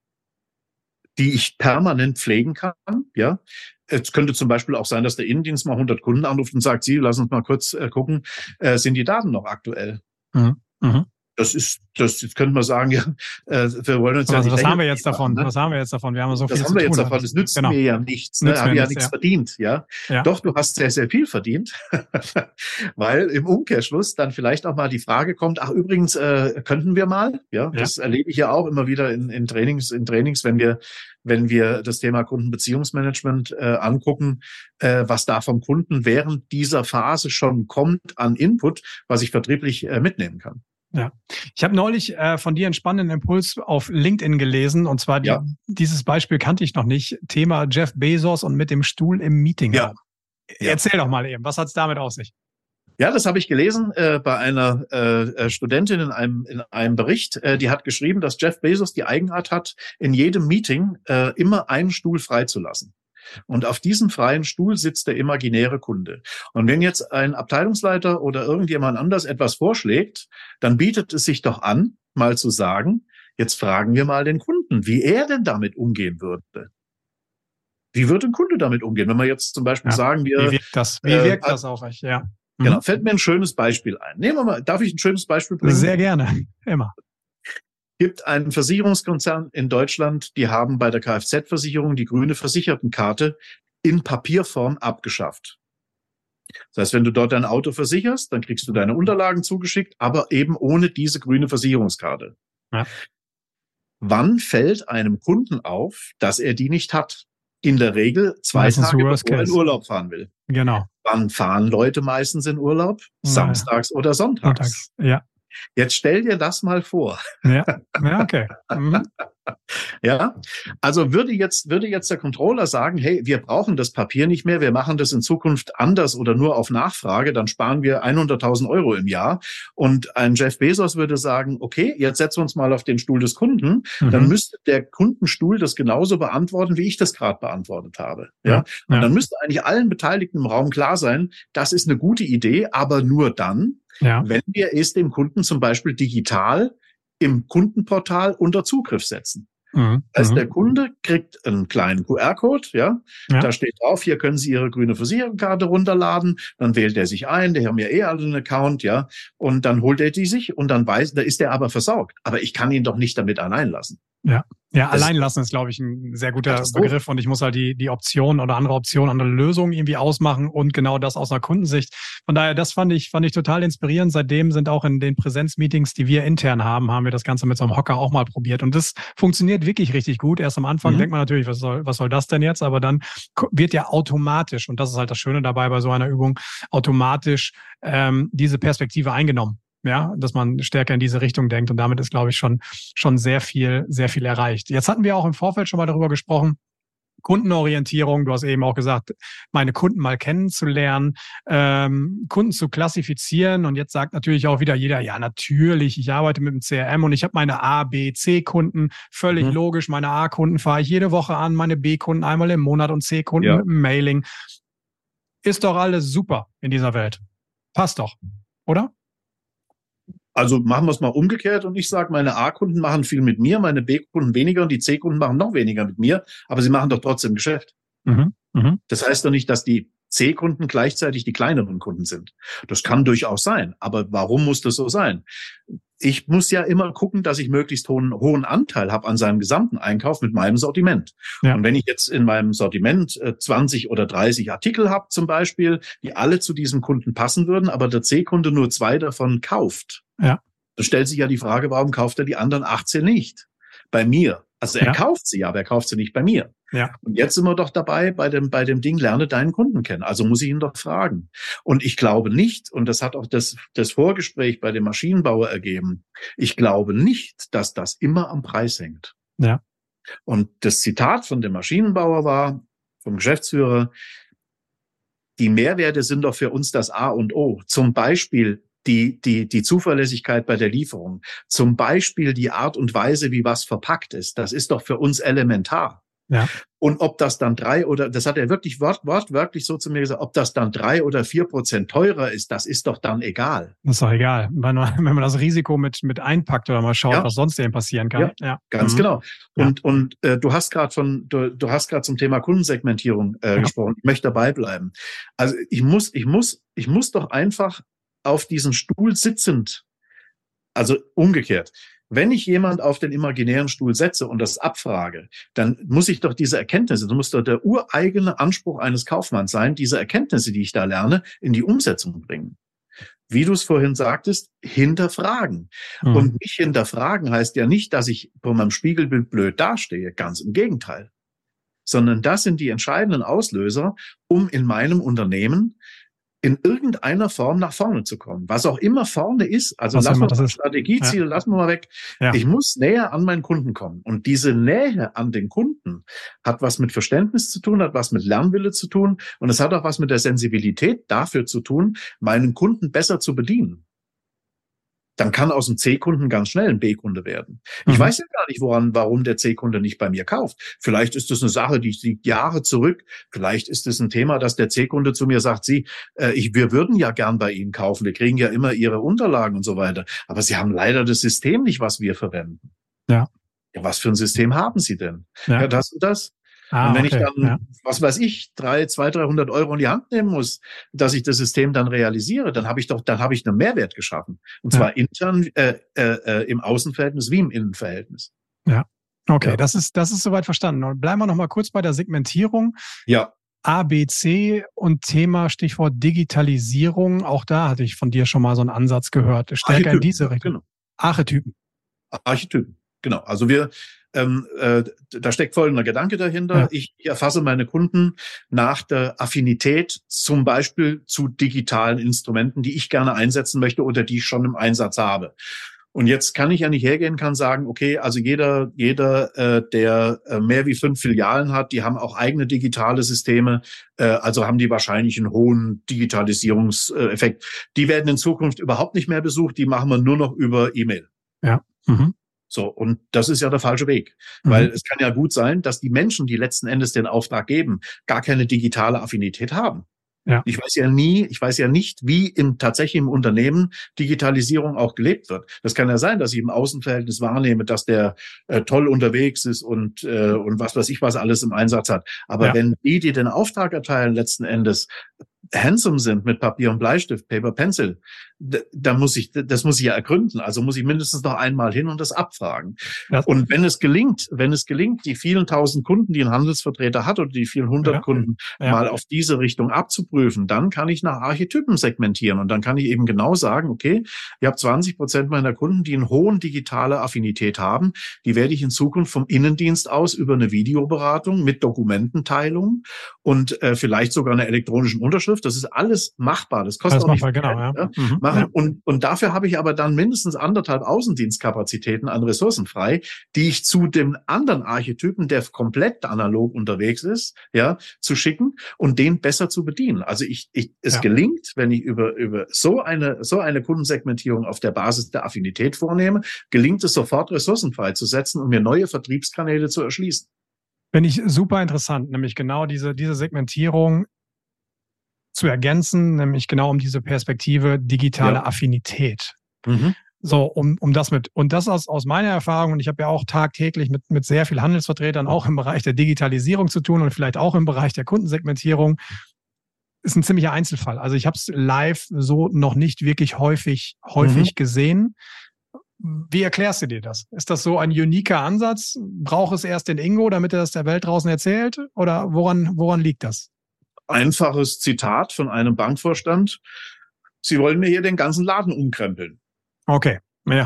die ich permanent pflegen kann, ja. Es könnte zum Beispiel auch sein, dass der Innendienst mal hundert Kunden anruft und sagt, Sie, lass uns mal kurz äh, gucken, äh, sind die Daten noch aktuell? Mhm. Mhm. Das ist, das jetzt könnte man sagen, ja, äh, wir wollen uns also, ja nicht. Was haben wir jetzt davon? Ne? Was haben wir jetzt davon? Wir haben so das viel haben wir zu jetzt tun, davon. Das nützt genau. mir ja nichts. Ne? Habe ja nichts ja. verdient, ja? ja. Doch, du hast sehr, sehr viel verdient, weil im Umkehrschluss dann vielleicht auch mal die Frage kommt: Ach, übrigens äh, könnten wir mal. Ja, ja, das erlebe ich ja auch immer wieder in, in Trainings, in Trainings, wenn wir, wenn wir das Thema Kundenbeziehungsmanagement äh, angucken, äh, was da vom Kunden während dieser Phase schon kommt an Input, was ich vertrieblich äh, mitnehmen kann. Ja, ich habe neulich äh, von dir einen spannenden Impuls auf LinkedIn gelesen und zwar die, ja. dieses Beispiel kannte ich noch nicht. Thema Jeff Bezos und mit dem Stuhl im Meetingraum. Ja. Erzähl doch mal eben, was hat's damit auf sich? Ja, das habe ich gelesen äh, bei einer äh, Studentin in einem in einem Bericht. Äh, die hat geschrieben, dass Jeff Bezos die Eigenart hat, in jedem Meeting äh, immer einen Stuhl freizulassen. Und auf diesem freien Stuhl sitzt der imaginäre Kunde. Und wenn jetzt ein Abteilungsleiter oder irgendjemand anders etwas vorschlägt, dann bietet es sich doch an, mal zu sagen, jetzt fragen wir mal den Kunden, wie er denn damit umgehen würde. Wie würde ein Kunde damit umgehen? Wenn wir jetzt zum Beispiel ja, sagen, wir... Wie wirkt das, wie äh, wirkt das auf euch? Ja. Genau, mhm. fällt mir ein schönes Beispiel ein. Nehmen wir mal, darf ich ein schönes Beispiel bringen? Sehr gerne, immer. Gibt einen Versicherungskonzern in Deutschland, die haben bei der Kfz-Versicherung die grüne Versichertenkarte in Papierform abgeschafft. Das heißt, wenn du dort dein Auto versicherst, dann kriegst du deine Unterlagen zugeschickt, aber eben ohne diese grüne Versicherungskarte. Ja. Wann fällt einem Kunden auf, dass er die nicht hat? In der Regel zwei Meistens Tage, worst bevor er in case. Urlaub fahren will. Genau. Wann fahren Leute meistens in Urlaub? Samstags Ja. oder sonntags. Sonntags. Ja. Jetzt stell dir das mal vor. Ja, ja, okay. Mhm. Ja, also würde jetzt, würde jetzt der Controller sagen, hey, wir brauchen das Papier nicht mehr, wir machen das in Zukunft anders oder nur auf Nachfrage, dann sparen wir hunderttausend Euro im Jahr. Und ein Jeff Bezos würde sagen, okay, jetzt setzen wir uns mal auf den Stuhl des Kunden, Mhm. dann müsste der Kundenstuhl das genauso beantworten, wie ich das gerade beantwortet habe. Ja, Ja, und ja. dann müsste eigentlich allen Beteiligten im Raum klar sein, das ist eine gute Idee, aber nur dann, Ja. wenn wir es dem Kunden zum Beispiel digital im Kundenportal unter Zugriff setzen. Mhm. Das heißt, Mhm. der Kunde kriegt einen kleinen Q R-Code, ja? Ja. Da steht drauf, hier können Sie Ihre grüne Versicherungskarte runterladen, dann wählt er sich ein, die haben ja eh alle einen Account, ja, und dann holt er die sich und dann weiß, da ist er aber versorgt. Aber ich kann ihn doch nicht damit allein lassen. Ja, ja, Das- allein lassen ist, glaube ich, ein sehr guter Katastrophe. Begriff und ich muss halt die, die Option oder andere Optionen, andere Lösungen irgendwie ausmachen und genau das aus einer Kundensicht. Von daher, das fand ich, fand ich total inspirierend. Seitdem sind auch in den Präsenzmeetings, die wir intern haben, haben wir das Ganze mit so einem Hocker auch mal probiert und das funktioniert wirklich richtig gut. Erst am Anfang Mhm. denkt man natürlich, was soll, was soll das denn jetzt? Aber dann ko- wird ja automatisch, und das ist halt das Schöne dabei bei so einer Übung, automatisch ähm, diese Perspektive eingenommen. Ja, dass man stärker in diese Richtung denkt und damit ist, glaube ich, schon, schon sehr viel, sehr viel erreicht. Jetzt hatten wir auch im Vorfeld schon mal darüber gesprochen, Kundenorientierung, du hast eben auch gesagt, meine Kunden mal kennenzulernen, ähm, Kunden zu klassifizieren und jetzt sagt natürlich auch wieder jeder, ja natürlich, ich arbeite mit dem C R M und ich habe meine A, B, C-Kunden, völlig Mhm. logisch, meine A-Kunden fahre ich jede Woche an, meine B-Kunden einmal im Monat und C-Kunden Ja. mit dem Mailing. Ist doch alles super in dieser Welt. Passt doch, oder? Also machen wir es mal umgekehrt und ich sage, meine A-Kunden machen viel mit mir, meine B-Kunden weniger und die C-Kunden machen noch weniger mit mir, aber sie machen doch trotzdem Geschäft. Mhm. Mhm. Das heißt doch nicht, dass die C-Kunden gleichzeitig die kleineren Kunden sind. Das kann durchaus sein, aber warum muss das so sein? Ich muss ja immer gucken, dass ich möglichst hohen, hohen Anteil habe an seinem gesamten Einkauf mit meinem Sortiment. Ja. Und wenn ich jetzt in meinem Sortiment äh, zwanzig oder dreißig Artikel habe zum Beispiel, die alle zu diesem Kunden passen würden, aber der C-Kunde nur zwei davon kauft, Ja. dann stellt sich ja die Frage, warum kauft er die anderen achtzehn nicht? Bei mir. Also er Ja. kauft sie, aber er kauft sie nicht bei mir. Ja. Und jetzt sind wir doch dabei bei dem, bei dem Ding, lerne deinen Kunden kennen. Also muss ich ihn doch fragen. Und ich glaube nicht, und das hat auch das, das Vorgespräch bei dem Maschinenbauer ergeben, ich glaube nicht, dass das immer am Preis hängt. Ja. Und das Zitat von dem Maschinenbauer war, vom Geschäftsführer, die Mehrwerte sind doch für uns das A und O. Zum Beispiel die, die, die Zuverlässigkeit bei der Lieferung. Zum Beispiel die Art und Weise, wie was verpackt ist. Das ist doch für uns elementar. Ja. Und ob das dann drei oder, das hat er wirklich wort, wortwörtlich so zu mir gesagt, ob das dann drei oder vier Prozent teurer ist, das ist doch dann egal. Das ist doch egal. Wenn man, wenn man das Risiko mit, mit einpackt oder mal schaut, Ja. was sonst eben passieren kann. Ja, Ja. Ganz Mhm. genau. Ja. Und, und äh, du hast gerade von, du, du hast gerade zum Thema Kundensegmentierung äh, Ja. gesprochen. Ich möchte dabei bleiben. Also ich muss, ich muss, ich muss doch einfach auf diesen Stuhl sitzend, also umgekehrt. Wenn ich jemand auf den imaginären Stuhl setze und das abfrage, dann muss ich doch diese Erkenntnisse, das muss doch der ureigene Anspruch eines Kaufmanns sein, diese Erkenntnisse, die ich da lerne, in die Umsetzung bringen. Wie du es vorhin sagtest, hinterfragen. Mhm. Und mich hinterfragen heißt ja nicht, dass ich vor meinem Spiegelbild blöd dastehe, ganz im Gegenteil. Sondern das sind die entscheidenden Auslöser, um in meinem Unternehmen in irgendeiner Form nach vorne zu kommen. Was auch immer vorne ist, also Was lassen immer wir das das ist. Strategieziel, Ja. lassen wir mal weg. Ja. Ich muss näher an meinen Kunden kommen. Und diese Nähe an den Kunden hat was mit Verständnis zu tun, hat was mit Lernwille zu tun und es hat auch was mit der Sensibilität dafür zu tun, meinen Kunden besser zu bedienen. Dann kann aus dem C-Kunden ganz schnell ein B-Kunde werden. Ich Mhm. weiß ja gar nicht, woran, warum der C-Kunde nicht bei mir kauft. Vielleicht ist das eine Sache, die liegt Jahre zurück. Vielleicht ist es ein Thema, dass der C-Kunde zu mir sagt, Sie, äh, ich, wir würden ja gern bei Ihnen kaufen. Wir kriegen ja immer Ihre Unterlagen und so weiter. Aber Sie haben leider das System nicht, was wir verwenden. Ja. Ja, was für ein System haben Sie denn? Ja. Ja, das und das. Ah, und wenn okay. ich dann, Ja. was weiß ich, drei, zwei, dreihundert Euro in die Hand nehmen muss, dass ich das System dann realisiere, dann habe ich doch, dann habe ich einen Mehrwert geschaffen. Und zwar Ja. intern äh, äh, äh, im Außenverhältnis wie im Innenverhältnis. Okay, Ja. das ist, das ist soweit verstanden. Und bleiben wir noch mal kurz bei der Segmentierung. Ja. A B C und Thema Stichwort Digitalisierung. Auch da hatte ich von dir schon mal so einen Ansatz gehört. Stärker in diese Richtung. Genau. Archetypen. Archetypen, genau. Also wir, ähm, äh, da steckt folgender Gedanke dahinter. Ja. Ich, ich erfasse meine Kunden nach der Affinität zum Beispiel zu digitalen Instrumenten, die ich gerne einsetzen möchte oder die ich schon im Einsatz habe. Und jetzt kann ich ja nicht hergehen, kann sagen, okay, also jeder, jeder, äh, der äh, mehr wie fünf Filialen hat, die haben auch eigene digitale Systeme, äh, also haben die wahrscheinlich einen hohen Digitalisierungseffekt. Die werden in Zukunft überhaupt nicht mehr besucht, die machen wir nur noch über E-Mail. Ja. Mhm. So, und das ist ja der falsche Weg. Mhm. Weil es kann ja gut sein, dass die Menschen, die letzten Endes den Auftrag geben, gar keine digitale Affinität haben. Ja. Ich weiß ja nie, ich weiß ja nicht, wie im tatsächlich im Unternehmen Digitalisierung auch gelebt wird. Das kann ja sein, dass ich im Außenverhältnis wahrnehme, dass der äh, toll unterwegs ist und äh, und was weiß ich was alles im Einsatz hat. Aber ja. wenn die, die den Auftrag erteilen, letzten Endes handsome sind mit Papier und Bleistift, Paper, Pencil, da muss ich, das muss ich ja ergründen. Also muss ich mindestens noch einmal hin und das abfragen. Ja. Und wenn es gelingt, wenn es gelingt, die vielen tausend Kunden, die ein Handelsvertreter hat oder die vielen hundert ja. Kunden ja. mal auf diese Richtung abzuprüfen, dann kann ich nach Archetypen segmentieren und dann kann ich eben genau sagen, okay, ihr habt zwanzig Prozent meiner Kunden, die eine hohe digitale Affinität haben, die werde ich in Zukunft vom Innendienst aus über eine Videoberatung mit Dokumententeilung und äh, vielleicht sogar einer elektronischen Unterschrift. Das ist alles machbar. Das kostet alles auch nicht machbar, genau, ja. ja, mhm, machen. Ja. Und, und dafür habe ich aber dann mindestens anderthalb Außendienstkapazitäten an Ressourcen frei, die ich zu dem anderen Archetypen, der komplett analog unterwegs ist, ja, zu schicken und den besser zu bedienen. Also ich, ich es ja. gelingt, wenn ich über, über so eine, so eine Kundensegmentierung auf der Basis der Affinität vornehme, gelingt es sofort, Ressourcen freizusetzen und mir neue Vertriebskanäle zu erschließen. Finde ich super interessant, nämlich genau diese, diese Segmentierung zu ergänzen, nämlich genau um diese Perspektive digitale ja. Affinität. Mhm. So, um, um das mit, und das aus, aus meiner Erfahrung, und ich habe ja auch tagtäglich mit, mit sehr vielen Handelsvertretern auch im Bereich der Digitalisierung zu tun und vielleicht auch im Bereich der Kundensegmentierung, ist ein ziemlicher Einzelfall. Also ich habe es live so noch nicht wirklich häufig, häufig mhm. gesehen. Wie erklärst du dir das? Ist das so ein uniker Ansatz? Braucht es erst den Ingo, damit er das der Welt draußen erzählt? Oder woran, woran liegt das? Einfaches Zitat von einem Bankvorstand. Sie wollen mir hier den ganzen Laden umkrempeln. Okay, ja.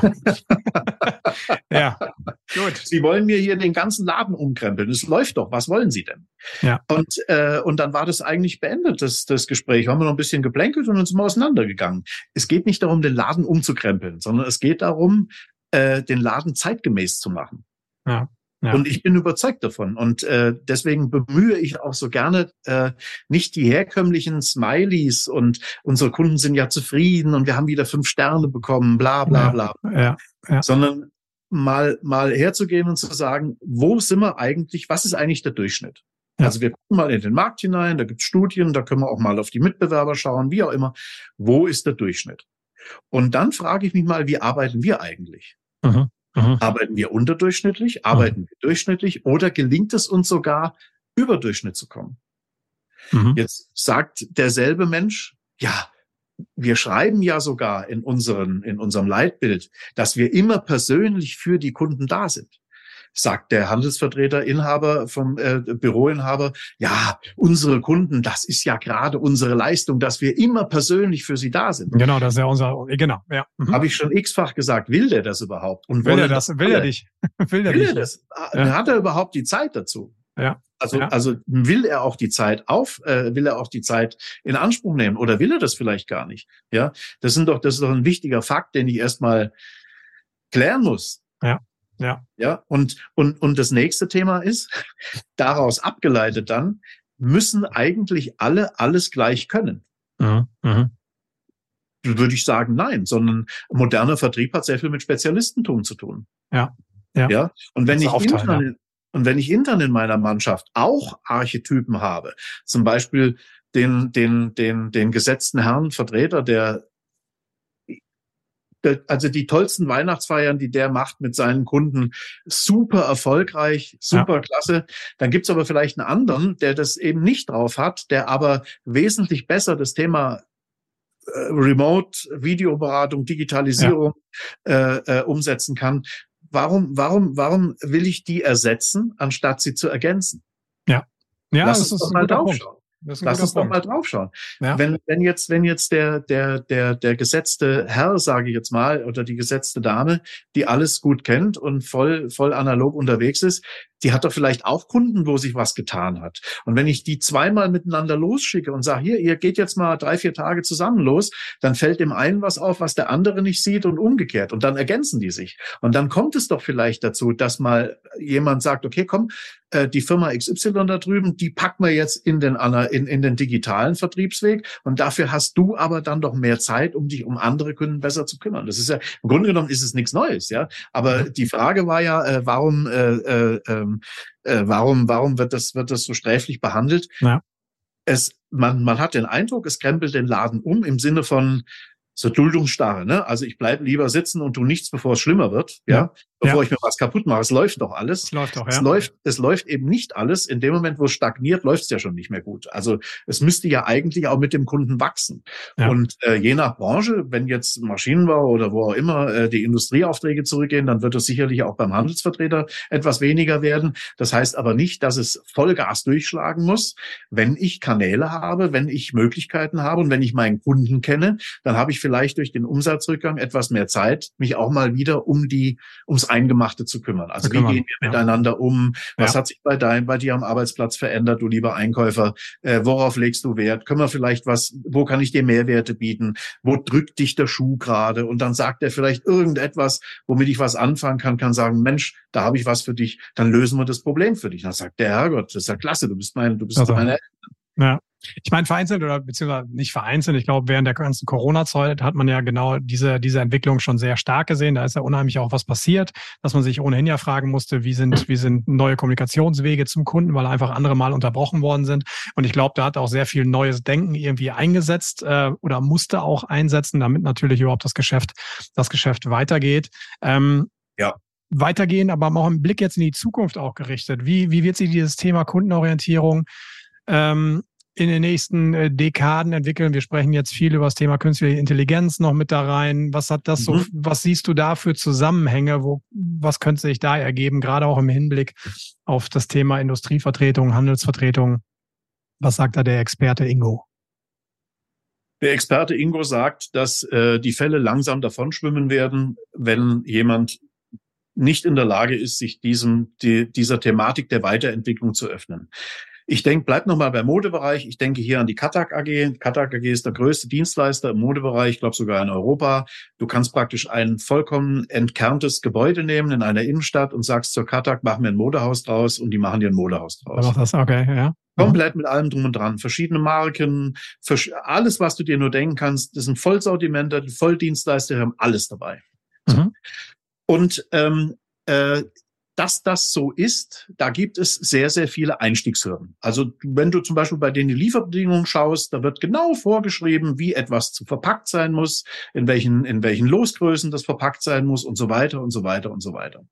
ja, gut. Sie wollen mir hier den ganzen Laden umkrempeln. Es läuft doch. Was wollen Sie denn? Ja. Und, äh, und dann war das eigentlich beendet, das, das Gespräch. Haben wir noch ein bisschen geplänkelt und uns mal auseinandergegangen. Es geht nicht darum, den Laden umzukrempeln, sondern es geht darum, äh, den Laden zeitgemäß zu machen. Ja. Ja. Und ich bin überzeugt davon. Und äh, deswegen bemühe ich auch so gerne äh, nicht die herkömmlichen Smileys und unsere Kunden sind ja zufrieden und wir haben wieder fünf Sterne bekommen, bla bla bla. Ja, ja, ja. Sondern mal mal herzugehen und zu sagen, wo sind wir eigentlich, was ist eigentlich der Durchschnitt? Ja. Also wir gucken mal in den Markt hinein, da gibt's Studien, da können wir auch mal auf die Mitbewerber schauen, wie auch immer. Wo ist der Durchschnitt? Und dann frage ich mich mal, wie arbeiten wir eigentlich? Mhm. Mhm. Arbeiten wir unterdurchschnittlich? Arbeiten mhm. wir durchschnittlich? Oder gelingt es uns sogar, über Durchschnitt zu kommen? Mhm. Jetzt sagt derselbe Mensch, ja, wir schreiben ja sogar in unseren, in unserem Leitbild, dass wir immer persönlich für die Kunden da sind. Sagt der Handelsvertreter, Inhaber vom äh, Büroinhaber, ja, unsere Kunden, das ist ja gerade unsere Leistung, dass wir immer persönlich für sie da sind. Genau, das ist ja unser, genau, ja. Mhm. Habe ich schon x-fach gesagt, will der das überhaupt? Und will er das, will er dich? will er will das? Ja. Hat er überhaupt die Zeit dazu? Ja. Also, ja. also will er auch die Zeit auf, äh, will er auch die Zeit in Anspruch nehmen oder will er das vielleicht gar nicht? Ja, das sind doch, das ist doch ein wichtiger Fakt, den ich erstmal klären muss. Ja. Ja. Ja, und, und, und das nächste Thema ist, daraus abgeleitet dann, müssen eigentlich alle alles gleich können? Mhm. Mhm. Würde ich sagen, nein, sondern moderner Vertrieb hat sehr viel mit Spezialistentum zu tun. Ja. Ja. Ja. Und wenn ich aufteilen, intern, ja. und wenn ich intern in meiner Mannschaft auch Archetypen habe, zum Beispiel den, den, den, den gesetzten Herrn Vertreter, der also die tollsten Weihnachtsfeiern, die der macht mit seinen Kunden, super erfolgreich, super ja. klasse. Dann gibt's aber vielleicht einen anderen, der das eben nicht drauf hat, der aber wesentlich besser das Thema äh, Remote, Videoberatung, Digitalisierung ja. äh, äh, umsetzen kann. Warum, warum, warum will ich die ersetzen, anstatt sie zu ergänzen? Ja, ja, Lass das uns ist doch mal ein guter draufschauen. Punkt. Das ist ein Lass guter uns doch Punkt. mal draufschauen. Ja. Wenn, wenn jetzt, wenn jetzt der, der, der, der gesetzte Herr, sage ich jetzt mal, oder die gesetzte Dame, die alles gut kennt und voll, voll analog unterwegs ist, die hat doch vielleicht auch Kunden, wo sich was getan hat. Und wenn ich die zweimal miteinander losschicke und sage, hier, ihr geht jetzt mal drei, vier Tage zusammen los, dann fällt dem einen was auf, was der andere nicht sieht und umgekehrt. Und dann ergänzen die sich. Und dann kommt es doch vielleicht dazu, dass mal jemand sagt, okay, komm, äh, die Firma X Y da drüben, die packen wir jetzt in den, in, in den digitalen Vertriebsweg. Und dafür hast du aber dann doch mehr Zeit, um dich um andere Kunden besser zu kümmern. Das ist ja, im Grunde genommen ist es nichts Neues, ja. Aber mhm. die Frage war ja, äh, warum, äh, äh, äh, warum, warum wird das, wird das so sträflich behandelt? Ja. Es, man, man hat den Eindruck, es krempelt den Laden um im Sinne von so Duldungsstarre, ne? Also ich bleib lieber sitzen und tu nichts, bevor es schlimmer wird, ja, ja. bevor ja. ich mir was kaputt mache. Es läuft doch alles. Es läuft doch, es ja. läuft, es läuft eben nicht alles. In dem Moment, wo es stagniert, läuft es ja schon nicht mehr gut. Also es müsste ja eigentlich auch mit dem Kunden wachsen. Ja. Und äh, je nach Branche, wenn jetzt Maschinenbau oder wo auch immer äh, die Industrieaufträge zurückgehen, dann wird es sicherlich auch beim Handelsvertreter etwas weniger werden. Das heißt aber nicht, dass es Vollgas durchschlagen muss. Wenn ich Kanäle habe, wenn ich Möglichkeiten habe und wenn ich meinen Kunden kenne, dann habe ich vielleicht durch den Umsatzrückgang etwas mehr Zeit, mich auch mal wieder um die ums Eingemachte zu kümmern. Also wie gehen wir ja. miteinander um? Was ja. hat sich bei deinem, bei dir am Arbeitsplatz verändert, du lieber Einkäufer? Äh, worauf legst du Wert? Können wir vielleicht was, wo kann ich dir Mehrwerte bieten? Wo drückt dich der Schuh gerade? Und dann sagt er vielleicht irgendetwas, womit ich was anfangen kann, kann sagen, Mensch, da habe ich was für dich, dann lösen wir das Problem für dich. Dann sagt der Herrgott, das ist ja klasse, du bist mein, du bist also, meine Eltern. Ja. Ich meine, vereinzelt oder beziehungsweise nicht vereinzelt, ich glaube, während der ganzen Corona-Zeit hat man ja genau diese diese Entwicklung schon sehr stark gesehen. Da ist ja unheimlich auch was passiert, dass man sich ohnehin ja fragen musste, wie sind wie sind neue Kommunikationswege zum Kunden, weil einfach andere mal unterbrochen worden sind. Und ich glaube, da hat auch sehr viel neues Denken irgendwie eingesetzt äh, oder musste auch einsetzen, damit natürlich überhaupt das Geschäft das Geschäft weitergeht. Ähm, ja. Weitergehen, aber auch einen Blick jetzt in die Zukunft auch gerichtet. Wie wie wird sich dieses Thema Kundenorientierung ähm, in den nächsten äh, Dekaden entwickeln? Wir sprechen jetzt viel über das Thema künstliche Intelligenz noch mit da rein. Was hat das mhm. so, was siehst du da für Zusammenhänge? Wo, was könnte sich da ergeben? Gerade auch im Hinblick auf das Thema Industrievertretung, Handelsvertretung. Was sagt da der Experte Ingo? Der Experte Ingo sagt, dass äh, die Fälle langsam davonschwimmen werden, wenn jemand nicht in der Lage ist, sich diesem, die, dieser Thematik der Weiterentwicklung zu öffnen. Ich denke, bleib nochmal beim Modebereich. Ich denke hier an die Katak A G. Katak A G ist der größte Dienstleister im Modebereich, ich glaube sogar in Europa. Du kannst praktisch ein vollkommen entkerntes Gebäude nehmen in einer Innenstadt und sagst zur Katak, mach mir ein Modehaus draus, und die machen dir ein Modehaus draus. Das, okay, ja. Komplett mit allem drum und dran. Verschiedene Marken, alles, was du dir nur denken kannst. Das sind Vollsortimenter, die Volldienstleister haben alles dabei. Mhm. Und ähm, äh, dass das so ist, da gibt es sehr, sehr viele Einstiegshürden. Also wenn du zum Beispiel bei den Lieferbedingungen schaust, da wird genau vorgeschrieben, wie etwas zu verpackt sein muss, in welchen, in welchen Losgrößen das verpackt sein muss und so weiter und so weiter und so weiter.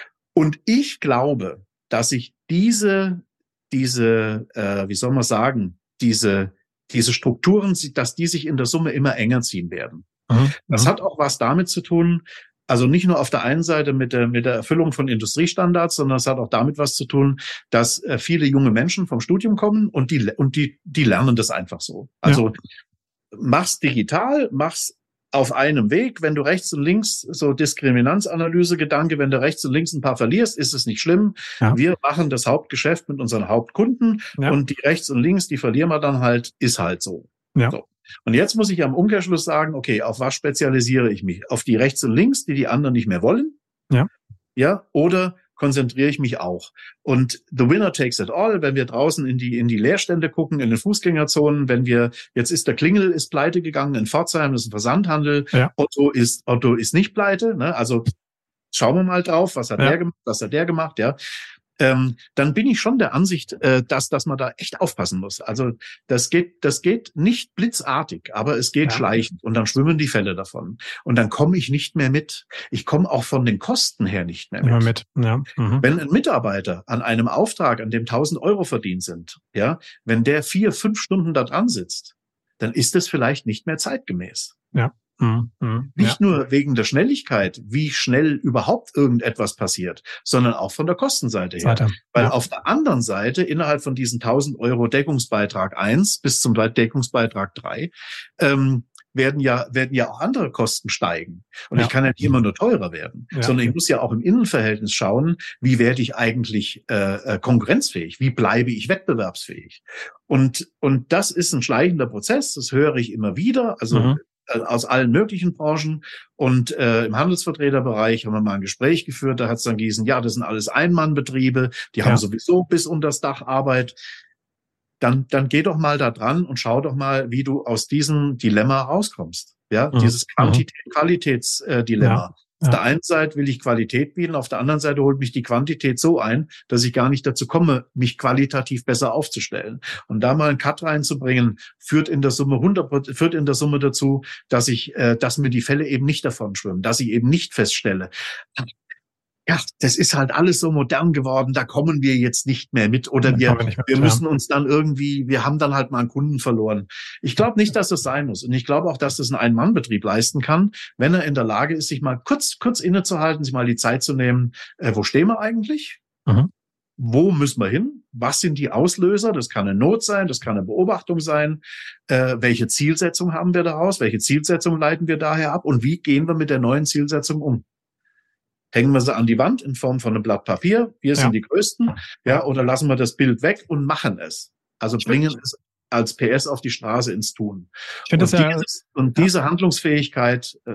Und ich glaube, dass sich diese, diese, äh, wie soll man sagen, diese, diese Strukturen, dass die sich in der Summe immer enger ziehen werden. Mhm. Das hat auch was damit zu tun, also nicht nur auf der einen Seite mit der, mit der Erfüllung von Industriestandards, sondern es hat auch damit was zu tun, dass äh, viele junge Menschen vom Studium kommen und die, und die, die lernen das einfach so. Also ja. mach's digital, mach's auf einem Weg. Wenn du rechts und links so Diskriminanzanalyse-Gedanke, wenn du rechts und links ein paar verlierst, ist es nicht schlimm. Ja. Wir machen das Hauptgeschäft mit unseren Hauptkunden ja. und die rechts und links, die verlieren wir dann halt, ist halt so. Ja. So. Und jetzt muss ich am Umkehrschluss sagen, okay, auf was spezialisiere ich mich? Auf die rechts und links, die die anderen nicht mehr wollen? Ja. Ja, oder konzentriere ich mich auch? Und the winner takes it all, wenn wir draußen in die, in die Leerstände gucken, in den Fußgängerzonen, wenn wir, jetzt ist der Klingel ist pleite gegangen in Pforzheim, das ist ein Versandhandel, ja. Otto ist, Otto ist nicht pleite, ne? Also schauen wir mal drauf, was hat ja. der gemacht, was hat der gemacht, ja. Ähm, dann bin ich schon der Ansicht, äh, dass, dass man da echt aufpassen muss. Also das geht, das geht nicht blitzartig, aber es geht ja. schleichend und dann schwimmen die Fälle davon. Und dann komme ich nicht mehr mit. Ich komme auch von den Kosten her nicht mehr mit. Immer mit. Ja. Mhm. Wenn ein Mitarbeiter an einem Auftrag, an dem tausend Euro verdient sind, ja, wenn der vier, fünf Stunden da dran sitzt, dann ist es vielleicht nicht mehr zeitgemäß. Ja. Mhm. Mhm. Nicht Ja. nur wegen der Schnelligkeit, wie schnell überhaupt irgendetwas passiert, sondern auch von der Kostenseite her. Seite. Weil Ja. auf der anderen Seite, innerhalb von diesen tausend Euro Deckungsbeitrag eins bis zum Deckungsbeitrag drei, ähm, werden ja, werden ja auch andere Kosten steigen. Und Ja. ich kann ja nicht immer nur teurer werden, Ja. sondern ich muss ja auch im Innenverhältnis schauen, wie werde ich eigentlich äh, konkurrenzfähig? Wie bleibe ich wettbewerbsfähig? Und, und das ist ein schleichender Prozess. Das höre ich immer wieder. Also, Mhm. aus allen möglichen Branchen. Und äh, im Handelsvertreterbereich haben wir mal ein Gespräch geführt, da hat es dann gehießen, ja, das sind alles Einmannbetriebe, die haben Ja. sowieso bis unter das Dach Arbeit. Dann, dann geh doch mal da dran und schau doch mal, wie du aus diesem Dilemma rauskommst. Ja, Mhm. dieses Quantität-Qualitäts-Dilemma. Ja. Auf Ja. der einen Seite will ich Qualität bieten, auf der anderen Seite holt mich die Quantität so ein, dass ich gar nicht dazu komme, mich qualitativ besser aufzustellen. Und da mal einen Cut reinzubringen, führt in der Summe hundert, führt in der Summe dazu, dass ich, äh, dass mir die Fälle eben nicht davon schwimmen, dass ich eben nicht feststelle, ja, das ist halt alles so modern geworden, da kommen wir jetzt nicht mehr mit oder Da wir, kommen wir nicht mit, wir ja. müssen uns dann irgendwie, wir haben dann halt mal einen Kunden verloren. Ich glaube nicht, dass das sein muss. Und ich glaube auch, dass das ein Ein-Mann-Betrieb leisten kann, wenn er in der Lage ist, sich mal kurz, kurz innezuhalten, sich mal die Zeit zu nehmen, äh, wo stehen wir eigentlich? Mhm. Wo müssen wir hin? Was sind die Auslöser? Das kann eine Not sein, das kann eine Beobachtung sein. Äh, welche Zielsetzung haben wir daraus? Welche Zielsetzung leiten wir daher ab? Und wie gehen wir mit der neuen Zielsetzung um? Hängen wir sie an die Wand in Form von einem Blatt Papier, wir sind Ja. die Größten, ja, oder lassen wir das Bild weg und machen es. Also bringen es als P S auf die Straße ins Tun. Ich finde Und, das ja, dieses, und diese Handlungsfähigkeit, äh,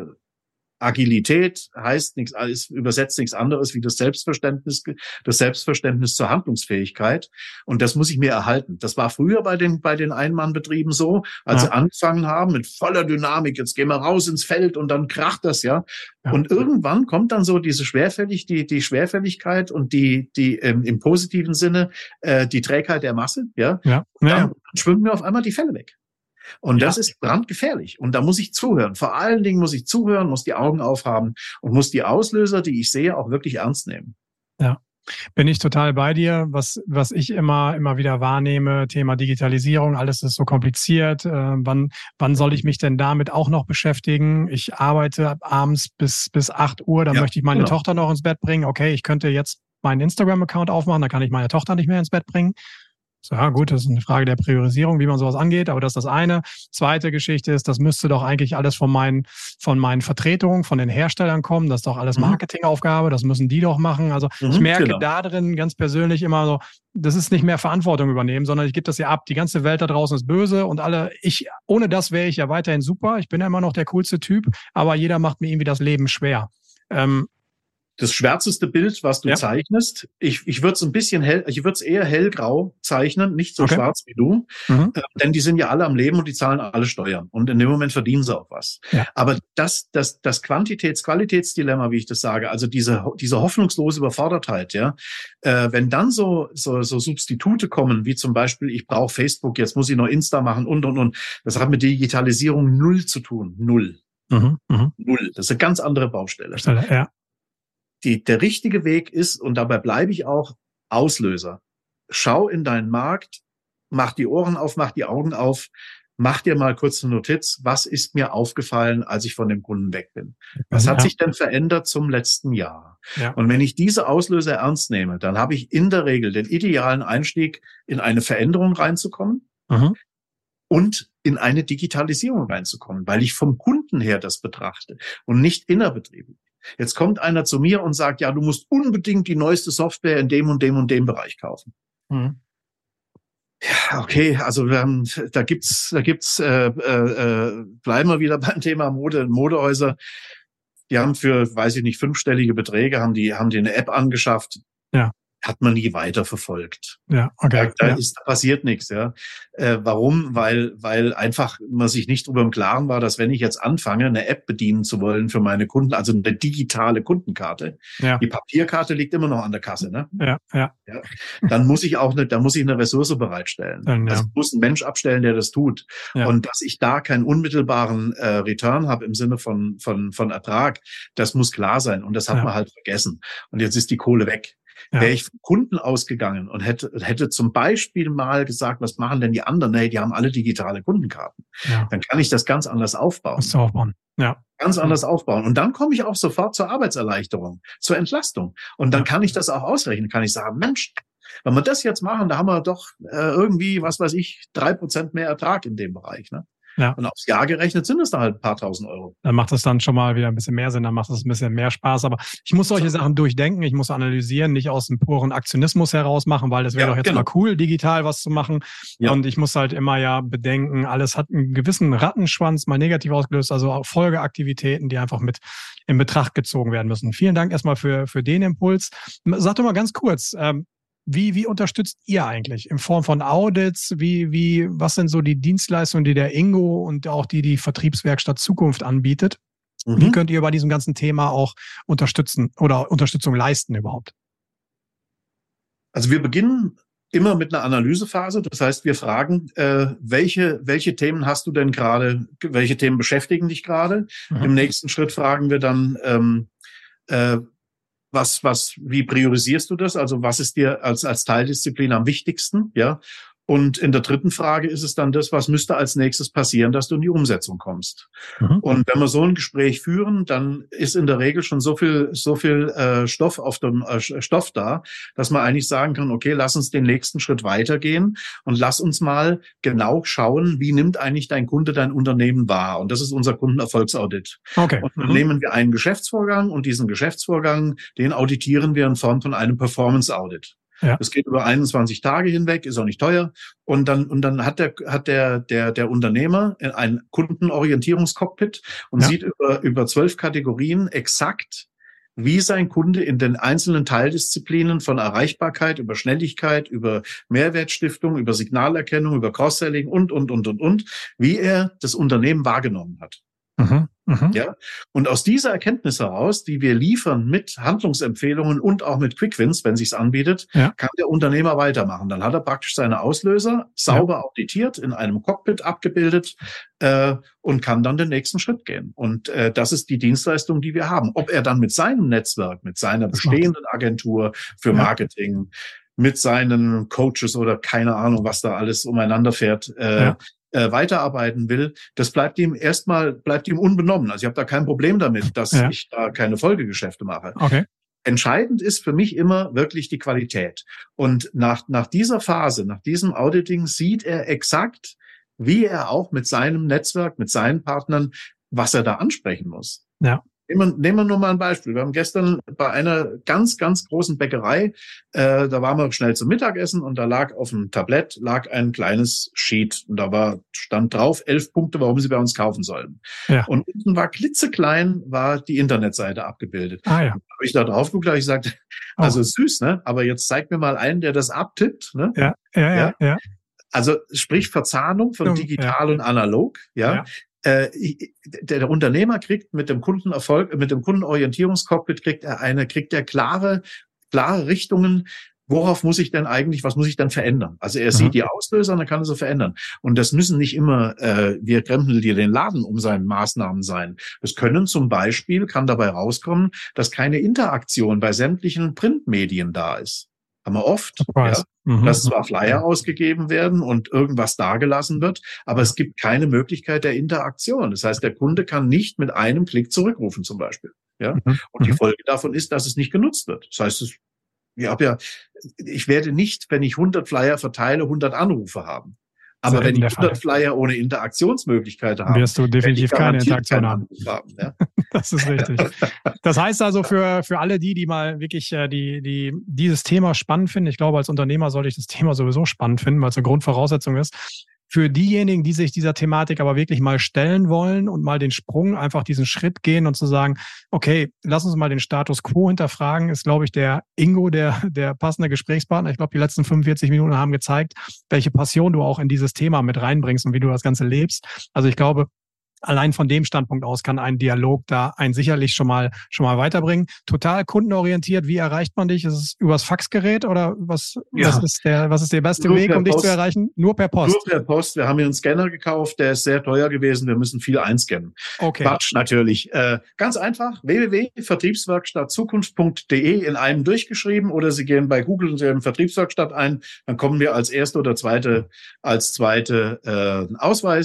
Agilität heißt nichts, ist übersetzt nichts anderes wie das Selbstverständnis, das Selbstverständnis zur Handlungsfähigkeit. Und das muss ich mir erhalten. Das war früher bei den, bei den Einmannbetrieben so, als Ja. sie angefangen haben mit voller Dynamik. Jetzt gehen wir raus ins Feld und dann kracht das, ja. Ja. Und irgendwann kommt dann so diese Schwerfällig, die, die Schwerfälligkeit und die, die, ähm, im positiven Sinne, äh, die Trägheit der Masse, ja. ja. Und Ja. dann schwimmen mir auf einmal die Fälle weg. Und Ja. das ist brandgefährlich. Und da muss ich zuhören. Vor allen Dingen muss ich zuhören, muss die Augen aufhaben und muss die Auslöser, die ich sehe, auch wirklich ernst nehmen. Ja. Bin ich total bei dir. Was, was ich immer, immer wieder wahrnehme, Thema Digitalisierung, alles ist so kompliziert. Äh, wann, wann soll ich mich denn damit auch noch beschäftigen? Ich arbeite abends bis, bis acht Uhr, dann Ja, möchte ich meine genau. Tochter noch ins Bett bringen. Okay, ich könnte jetzt meinen Instagram-Account aufmachen, dann kann ich meine Tochter nicht mehr ins Bett bringen. So, ja, gut, das ist eine Frage der Priorisierung, wie man sowas angeht, aber das ist das eine. Zweite Geschichte ist, das müsste doch eigentlich alles von meinen, von meinen Vertretungen, von den Herstellern kommen. Das ist doch alles Mhm. Marketingaufgabe, das müssen die doch machen. Also Mhm, ich merke genau. da drin ganz persönlich immer so, das ist nicht mehr Verantwortung übernehmen, sondern ich gebe das ja ab. Die ganze Welt da draußen ist böse und alle, ich, ohne das wäre ich ja weiterhin super. Ich bin ja immer noch der coolste Typ, aber jeder macht mir irgendwie das Leben schwer. Ähm, Das schwärzeste Bild, was du Ja. zeichnest, ich, ich würde es ein bisschen hell, ich würde es eher hellgrau zeichnen, nicht so Okay. schwarz wie du, mhm. äh, denn die sind ja alle am Leben und die zahlen alle Steuern und in dem Moment verdienen sie auch was. Ja. Aber das, das, das Quantitäts-Qualitätsdilemma, wie ich das sage, also diese, diese hoffnungslose Überfordertheit, ja, äh, wenn dann so, so, so Substitute kommen, wie zum Beispiel, ich brauche Facebook, jetzt muss ich noch Insta machen und, und, und, das hat mit Digitalisierung null zu tun, null, Mhm. Mhm. null. Das ist eine ganz andere Baustelle. Stelle, ja. Die, der richtige Weg ist, und dabei bleibe ich auch, Auslöser. Schau in deinen Markt, mach die Ohren auf, mach die Augen auf, mach dir mal kurz eine Notiz, was ist mir aufgefallen, als ich von dem Kunden weg bin? Was hat ja. sich denn verändert zum letzten Jahr? Ja. Und wenn ich diese Auslöser ernst nehme, dann habe ich in der Regel den idealen Einstieg, in eine Veränderung reinzukommen Mhm. und in eine Digitalisierung reinzukommen, weil ich vom Kunden her das betrachte und nicht innerbetrieblich. Jetzt kommt einer zu mir und sagt, ja, du musst unbedingt die neueste Software in dem und dem und dem Bereich kaufen. Mhm. Ja, okay, also wir haben, da gibt's, da gibt's, äh, äh, bleiben wir wieder beim Thema Mode, Modehäuser. Die haben für, weiß ich nicht, fünfstellige Beträge, haben die, haben die eine App angeschafft. Ja. Hat man nie weiterverfolgt. Ja, okay. Da, da ja. ist da passiert nichts, ja. Äh, warum? Weil, weil einfach man sich nicht darüber im Klaren war, dass wenn ich jetzt anfange, eine App bedienen zu wollen für meine Kunden, also eine digitale Kundenkarte, Ja. die Papierkarte liegt immer noch an der Kasse, ne? Ja, ja. Ja. Dann muss ich auch eine, dann muss ich eine Ressource bereitstellen. Dann, ja. Also ich muss einen Mensch abstellen, der das tut. Ja. Und dass ich da keinen unmittelbaren äh, Return habe im Sinne von von von Ertrag, das muss klar sein. Und das hat Ja. man halt vergessen. Und jetzt ist die Kohle weg. Ja. Wäre ich vom Kunden ausgegangen und hätte, hätte zum Beispiel mal gesagt, was machen denn die anderen? Nee, die haben alle digitale Kundenkarten. Ja. Dann kann ich das ganz anders aufbauen. Musst du aufbauen. Ja. Ganz anders aufbauen. Und dann komme ich auch sofort zur Arbeitserleichterung, zur Entlastung. Und dann kann ich das auch ausrechnen, kann ich sagen, Mensch, wenn wir das jetzt machen, da haben wir doch äh, irgendwie, was weiß ich, drei Prozent mehr Ertrag in dem Bereich. Ne? Ja. Und aufs Jahr gerechnet sind es dann halt ein paar tausend Euro. Dann macht es dann schon mal wieder ein bisschen mehr Sinn, dann macht es ein bisschen mehr Spaß. Aber ich muss solche so. Sachen durchdenken, ich muss analysieren, nicht aus dem puren Aktionismus heraus machen, weil das wäre ja, doch jetzt genau. mal cool, digital was zu machen. Ja. Und ich muss halt immer ja bedenken, alles hat einen gewissen Rattenschwanz, mal negativ ausgelöst, also auch Folgeaktivitäten, die einfach mit in Betracht gezogen werden müssen. Vielen Dank erstmal für, für den Impuls. Sag doch mal ganz kurz, ähm, Wie, wie unterstützt ihr eigentlich in Form von Audits? Wie, wie, was sind so die Dienstleistungen, die der Ingo und auch die, die Vertriebswerkstatt Zukunft anbietet? Mhm. Wie könnt ihr bei diesem ganzen Thema auch unterstützen oder Unterstützung leisten überhaupt? Also wir beginnen immer mit einer Analysephase. Das heißt, wir fragen, äh, welche, welche Themen hast du denn gerade, welche Themen beschäftigen dich gerade? Mhm. Im nächsten Schritt fragen wir dann, ähm, äh, Was, was, wie priorisierst du das? Also was ist dir als, als Teildisziplin am wichtigsten? Ja. Und in der dritten Frage ist es dann das, was müsste als nächstes passieren, dass du in die Umsetzung kommst. Mhm. Und wenn wir so ein Gespräch führen, dann ist in der Regel schon so viel, so viel äh, Stoff auf dem äh, Stoff da, dass man eigentlich sagen kann, okay, lass uns den nächsten Schritt weitergehen und lass uns mal genau schauen, wie nimmt eigentlich dein Kunde dein Unternehmen wahr? Und das ist unser Kundenerfolgsaudit. Okay. Und dann mhm. nehmen wir einen Geschäftsvorgang und diesen Geschäftsvorgang, den auditieren wir in Form von einem Performance Audit. Ja. Das geht über einundzwanzig Tage hinweg, ist auch nicht teuer. Und dann, und dann hat der, hat der, der, der Unternehmer ein Kundenorientierungscockpit und ja. sieht über, über zwölf Kategorien exakt, wie sein Kunde in den einzelnen Teildisziplinen von Erreichbarkeit über Schnelligkeit, über Mehrwertstiftung, über Signalerkennung, über Cross-Selling und, und, und, und, und, wie er das Unternehmen wahrgenommen hat. Mhm. Mhm. Ja. Und aus dieser Erkenntnis heraus, die wir liefern mit Handlungsempfehlungen und auch mit Quickwins, wenn sich's anbietet, ja. kann der Unternehmer weitermachen. Dann hat er praktisch seine Auslöser sauber ja. auditiert, in einem Cockpit abgebildet äh, und kann dann den nächsten Schritt gehen. Und äh, das ist die Dienstleistung, die wir haben. Ob er dann mit seinem Netzwerk, mit seiner bestehenden Agentur für Marketing, ja. mit seinen Coaches oder keine Ahnung, was da alles umeinander fährt, äh, ja. äh, weiterarbeiten will, das bleibt ihm erstmal, bleibt ihm unbenommen. Also ich habe da kein Problem damit, dass ja. ich da keine Folgegeschäfte mache. Okay. Entscheidend ist für mich immer wirklich die Qualität. Und nach, nach dieser Phase, nach diesem Auditing sieht er exakt, wie er auch mit seinem Netzwerk, mit seinen Partnern, was er da ansprechen muss. Ja. Nehmen wir, nehmen wir nur mal ein Beispiel. Wir haben gestern bei einer ganz, ganz großen Bäckerei, äh, da waren wir schnell zum Mittagessen und da lag auf dem Tablett lag ein kleines Sheet und da war stand drauf elf Punkte, warum Sie bei uns kaufen sollen. Ja. Und unten war klitzeklein war die Internetseite abgebildet. Ah, ja. Da habe ich da drauf geguckt, habe ich gesagt, also oh. süß, ne? Aber jetzt zeig mir mal einen, der das abtippt, ne? Ja, ja, ja. ja. ja. Also sprich Verzahnung von digital ja. und analog, ja. ja. Der, der Unternehmer kriegt mit dem Kundenerfolg, mit dem Kundenorientierungscockpit kriegt er eine, kriegt er klare, klare Richtungen. Worauf muss ich denn eigentlich, was muss ich dann verändern? Also er mhm. sieht die Auslöser und dann kann er so verändern. Und das müssen nicht immer, äh, wir krempeln dir den Laden um seinen Maßnahmen sein. Es können zum Beispiel, kann dabei rauskommen, dass keine Interaktion bei sämtlichen Printmedien da ist. Haben wir oft, ja, mhm. dass zwar Flyer ausgegeben werden und irgendwas dagelassen wird, aber es gibt keine Möglichkeit der Interaktion. Das heißt, der Kunde kann nicht mit einem Klick zurückrufen zum Beispiel. Ja, mhm. und die Folge davon ist, dass es nicht genutzt wird. Das heißt, es, ich habe ja, ich werde nicht, wenn ich hundert Flyer verteile, hundert Anrufe haben. Aber wenn ich hundert Flyer ohne Interaktionsmöglichkeit habe, wirst du definitiv keine Interaktion haben. haben ja? Das ist richtig. Das heißt also für für alle die, die mal wirklich äh, die die dieses Thema spannend finden, ich glaube, als Unternehmer sollte ich das Thema sowieso spannend finden, weil es eine Grundvoraussetzung ist. Für diejenigen, die sich dieser Thematik aber wirklich mal stellen wollen und mal den Sprung, einfach diesen Schritt gehen und zu sagen, okay, lass uns mal den Status quo hinterfragen, ist, glaube ich, der Ingo, der der passende Gesprächspartner. Ich glaube, die letzten fünfundvierzig Minuten haben gezeigt, welche Passion du auch in dieses Thema mit reinbringst und wie du das Ganze lebst. Also ich glaube, allein von dem Standpunkt aus kann ein Dialog da einen sicherlich schon mal schon mal weiterbringen. Total kundenorientiert. Wie erreicht man dich? Ist es übers Faxgerät oder was? Ja. Was ist der? Was ist der beste Nur Weg, um dich Post. zu erreichen? Nur per Post. Nur per Post. Wir haben hier einen Scanner gekauft. Der ist sehr teuer gewesen. Wir müssen viel einscannen. Okay. Quatsch, natürlich. Äh, ganz einfach. w w w punkt vertriebswerkstatt zukunft punkt d e in einem durchgeschrieben oder Sie gehen bei Google und Sie haben Vertriebswerkstatt ein. Dann kommen wir als erste oder zweite als zweite äh, Ausweis.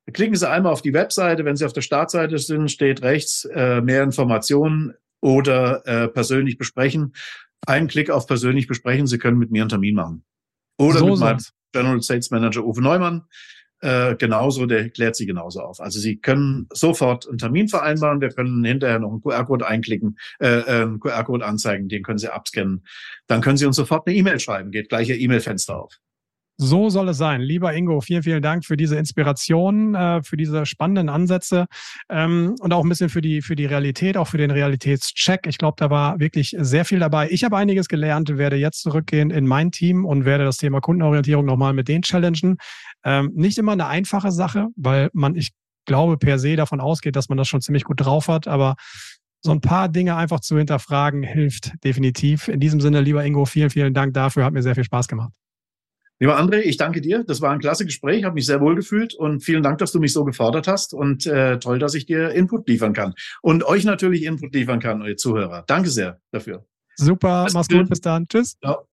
Klicken Sie einmal auf die Webseite. Wenn Sie auf der Startseite sind, steht rechts äh, mehr Informationen oder äh, persönlich besprechen. Einen Klick auf persönlich besprechen. Sie können mit mir einen Termin machen. Oder So mit meinem sonst. General Sales Manager Uwe Neumann. Äh, genauso, der klärt Sie genauso auf. Also Sie können sofort einen Termin vereinbaren. Wir können hinterher noch einen Q R-Code einklicken, äh, einen Q R-Code anzeigen, den können Sie abscannen. Dann können Sie uns sofort eine E-Mail schreiben. Geht gleich Ihr E-Mail-Fenster auf. So soll es sein. Lieber Ingo, vielen, vielen Dank für diese Inspiration, äh, für diese spannenden Ansätze ähm, und auch ein bisschen für die für die Realität, auch für den Realitätscheck. Ich glaube, da war wirklich sehr viel dabei. Ich habe einiges gelernt, werde jetzt zurückgehen in mein Team und werde das Thema Kundenorientierung nochmal mit denen challengen. Ähm, nicht immer eine einfache Sache, weil man, ich glaube, per se davon ausgeht, dass man das schon ziemlich gut drauf hat, aber so ein paar Dinge einfach zu hinterfragen, hilft definitiv. In diesem Sinne, lieber Ingo, vielen, vielen Dank dafür. Hat mir sehr viel Spaß gemacht. Lieber André, ich danke dir. Das war ein klasse Gespräch, habe mich sehr wohl gefühlt und vielen Dank, dass du mich so gefordert hast und äh, toll, dass ich dir Input liefern kann und euch natürlich Input liefern kann, eure Zuhörer. Danke sehr dafür. Super, mach's gut, bis dann. Tschüss. Ciao.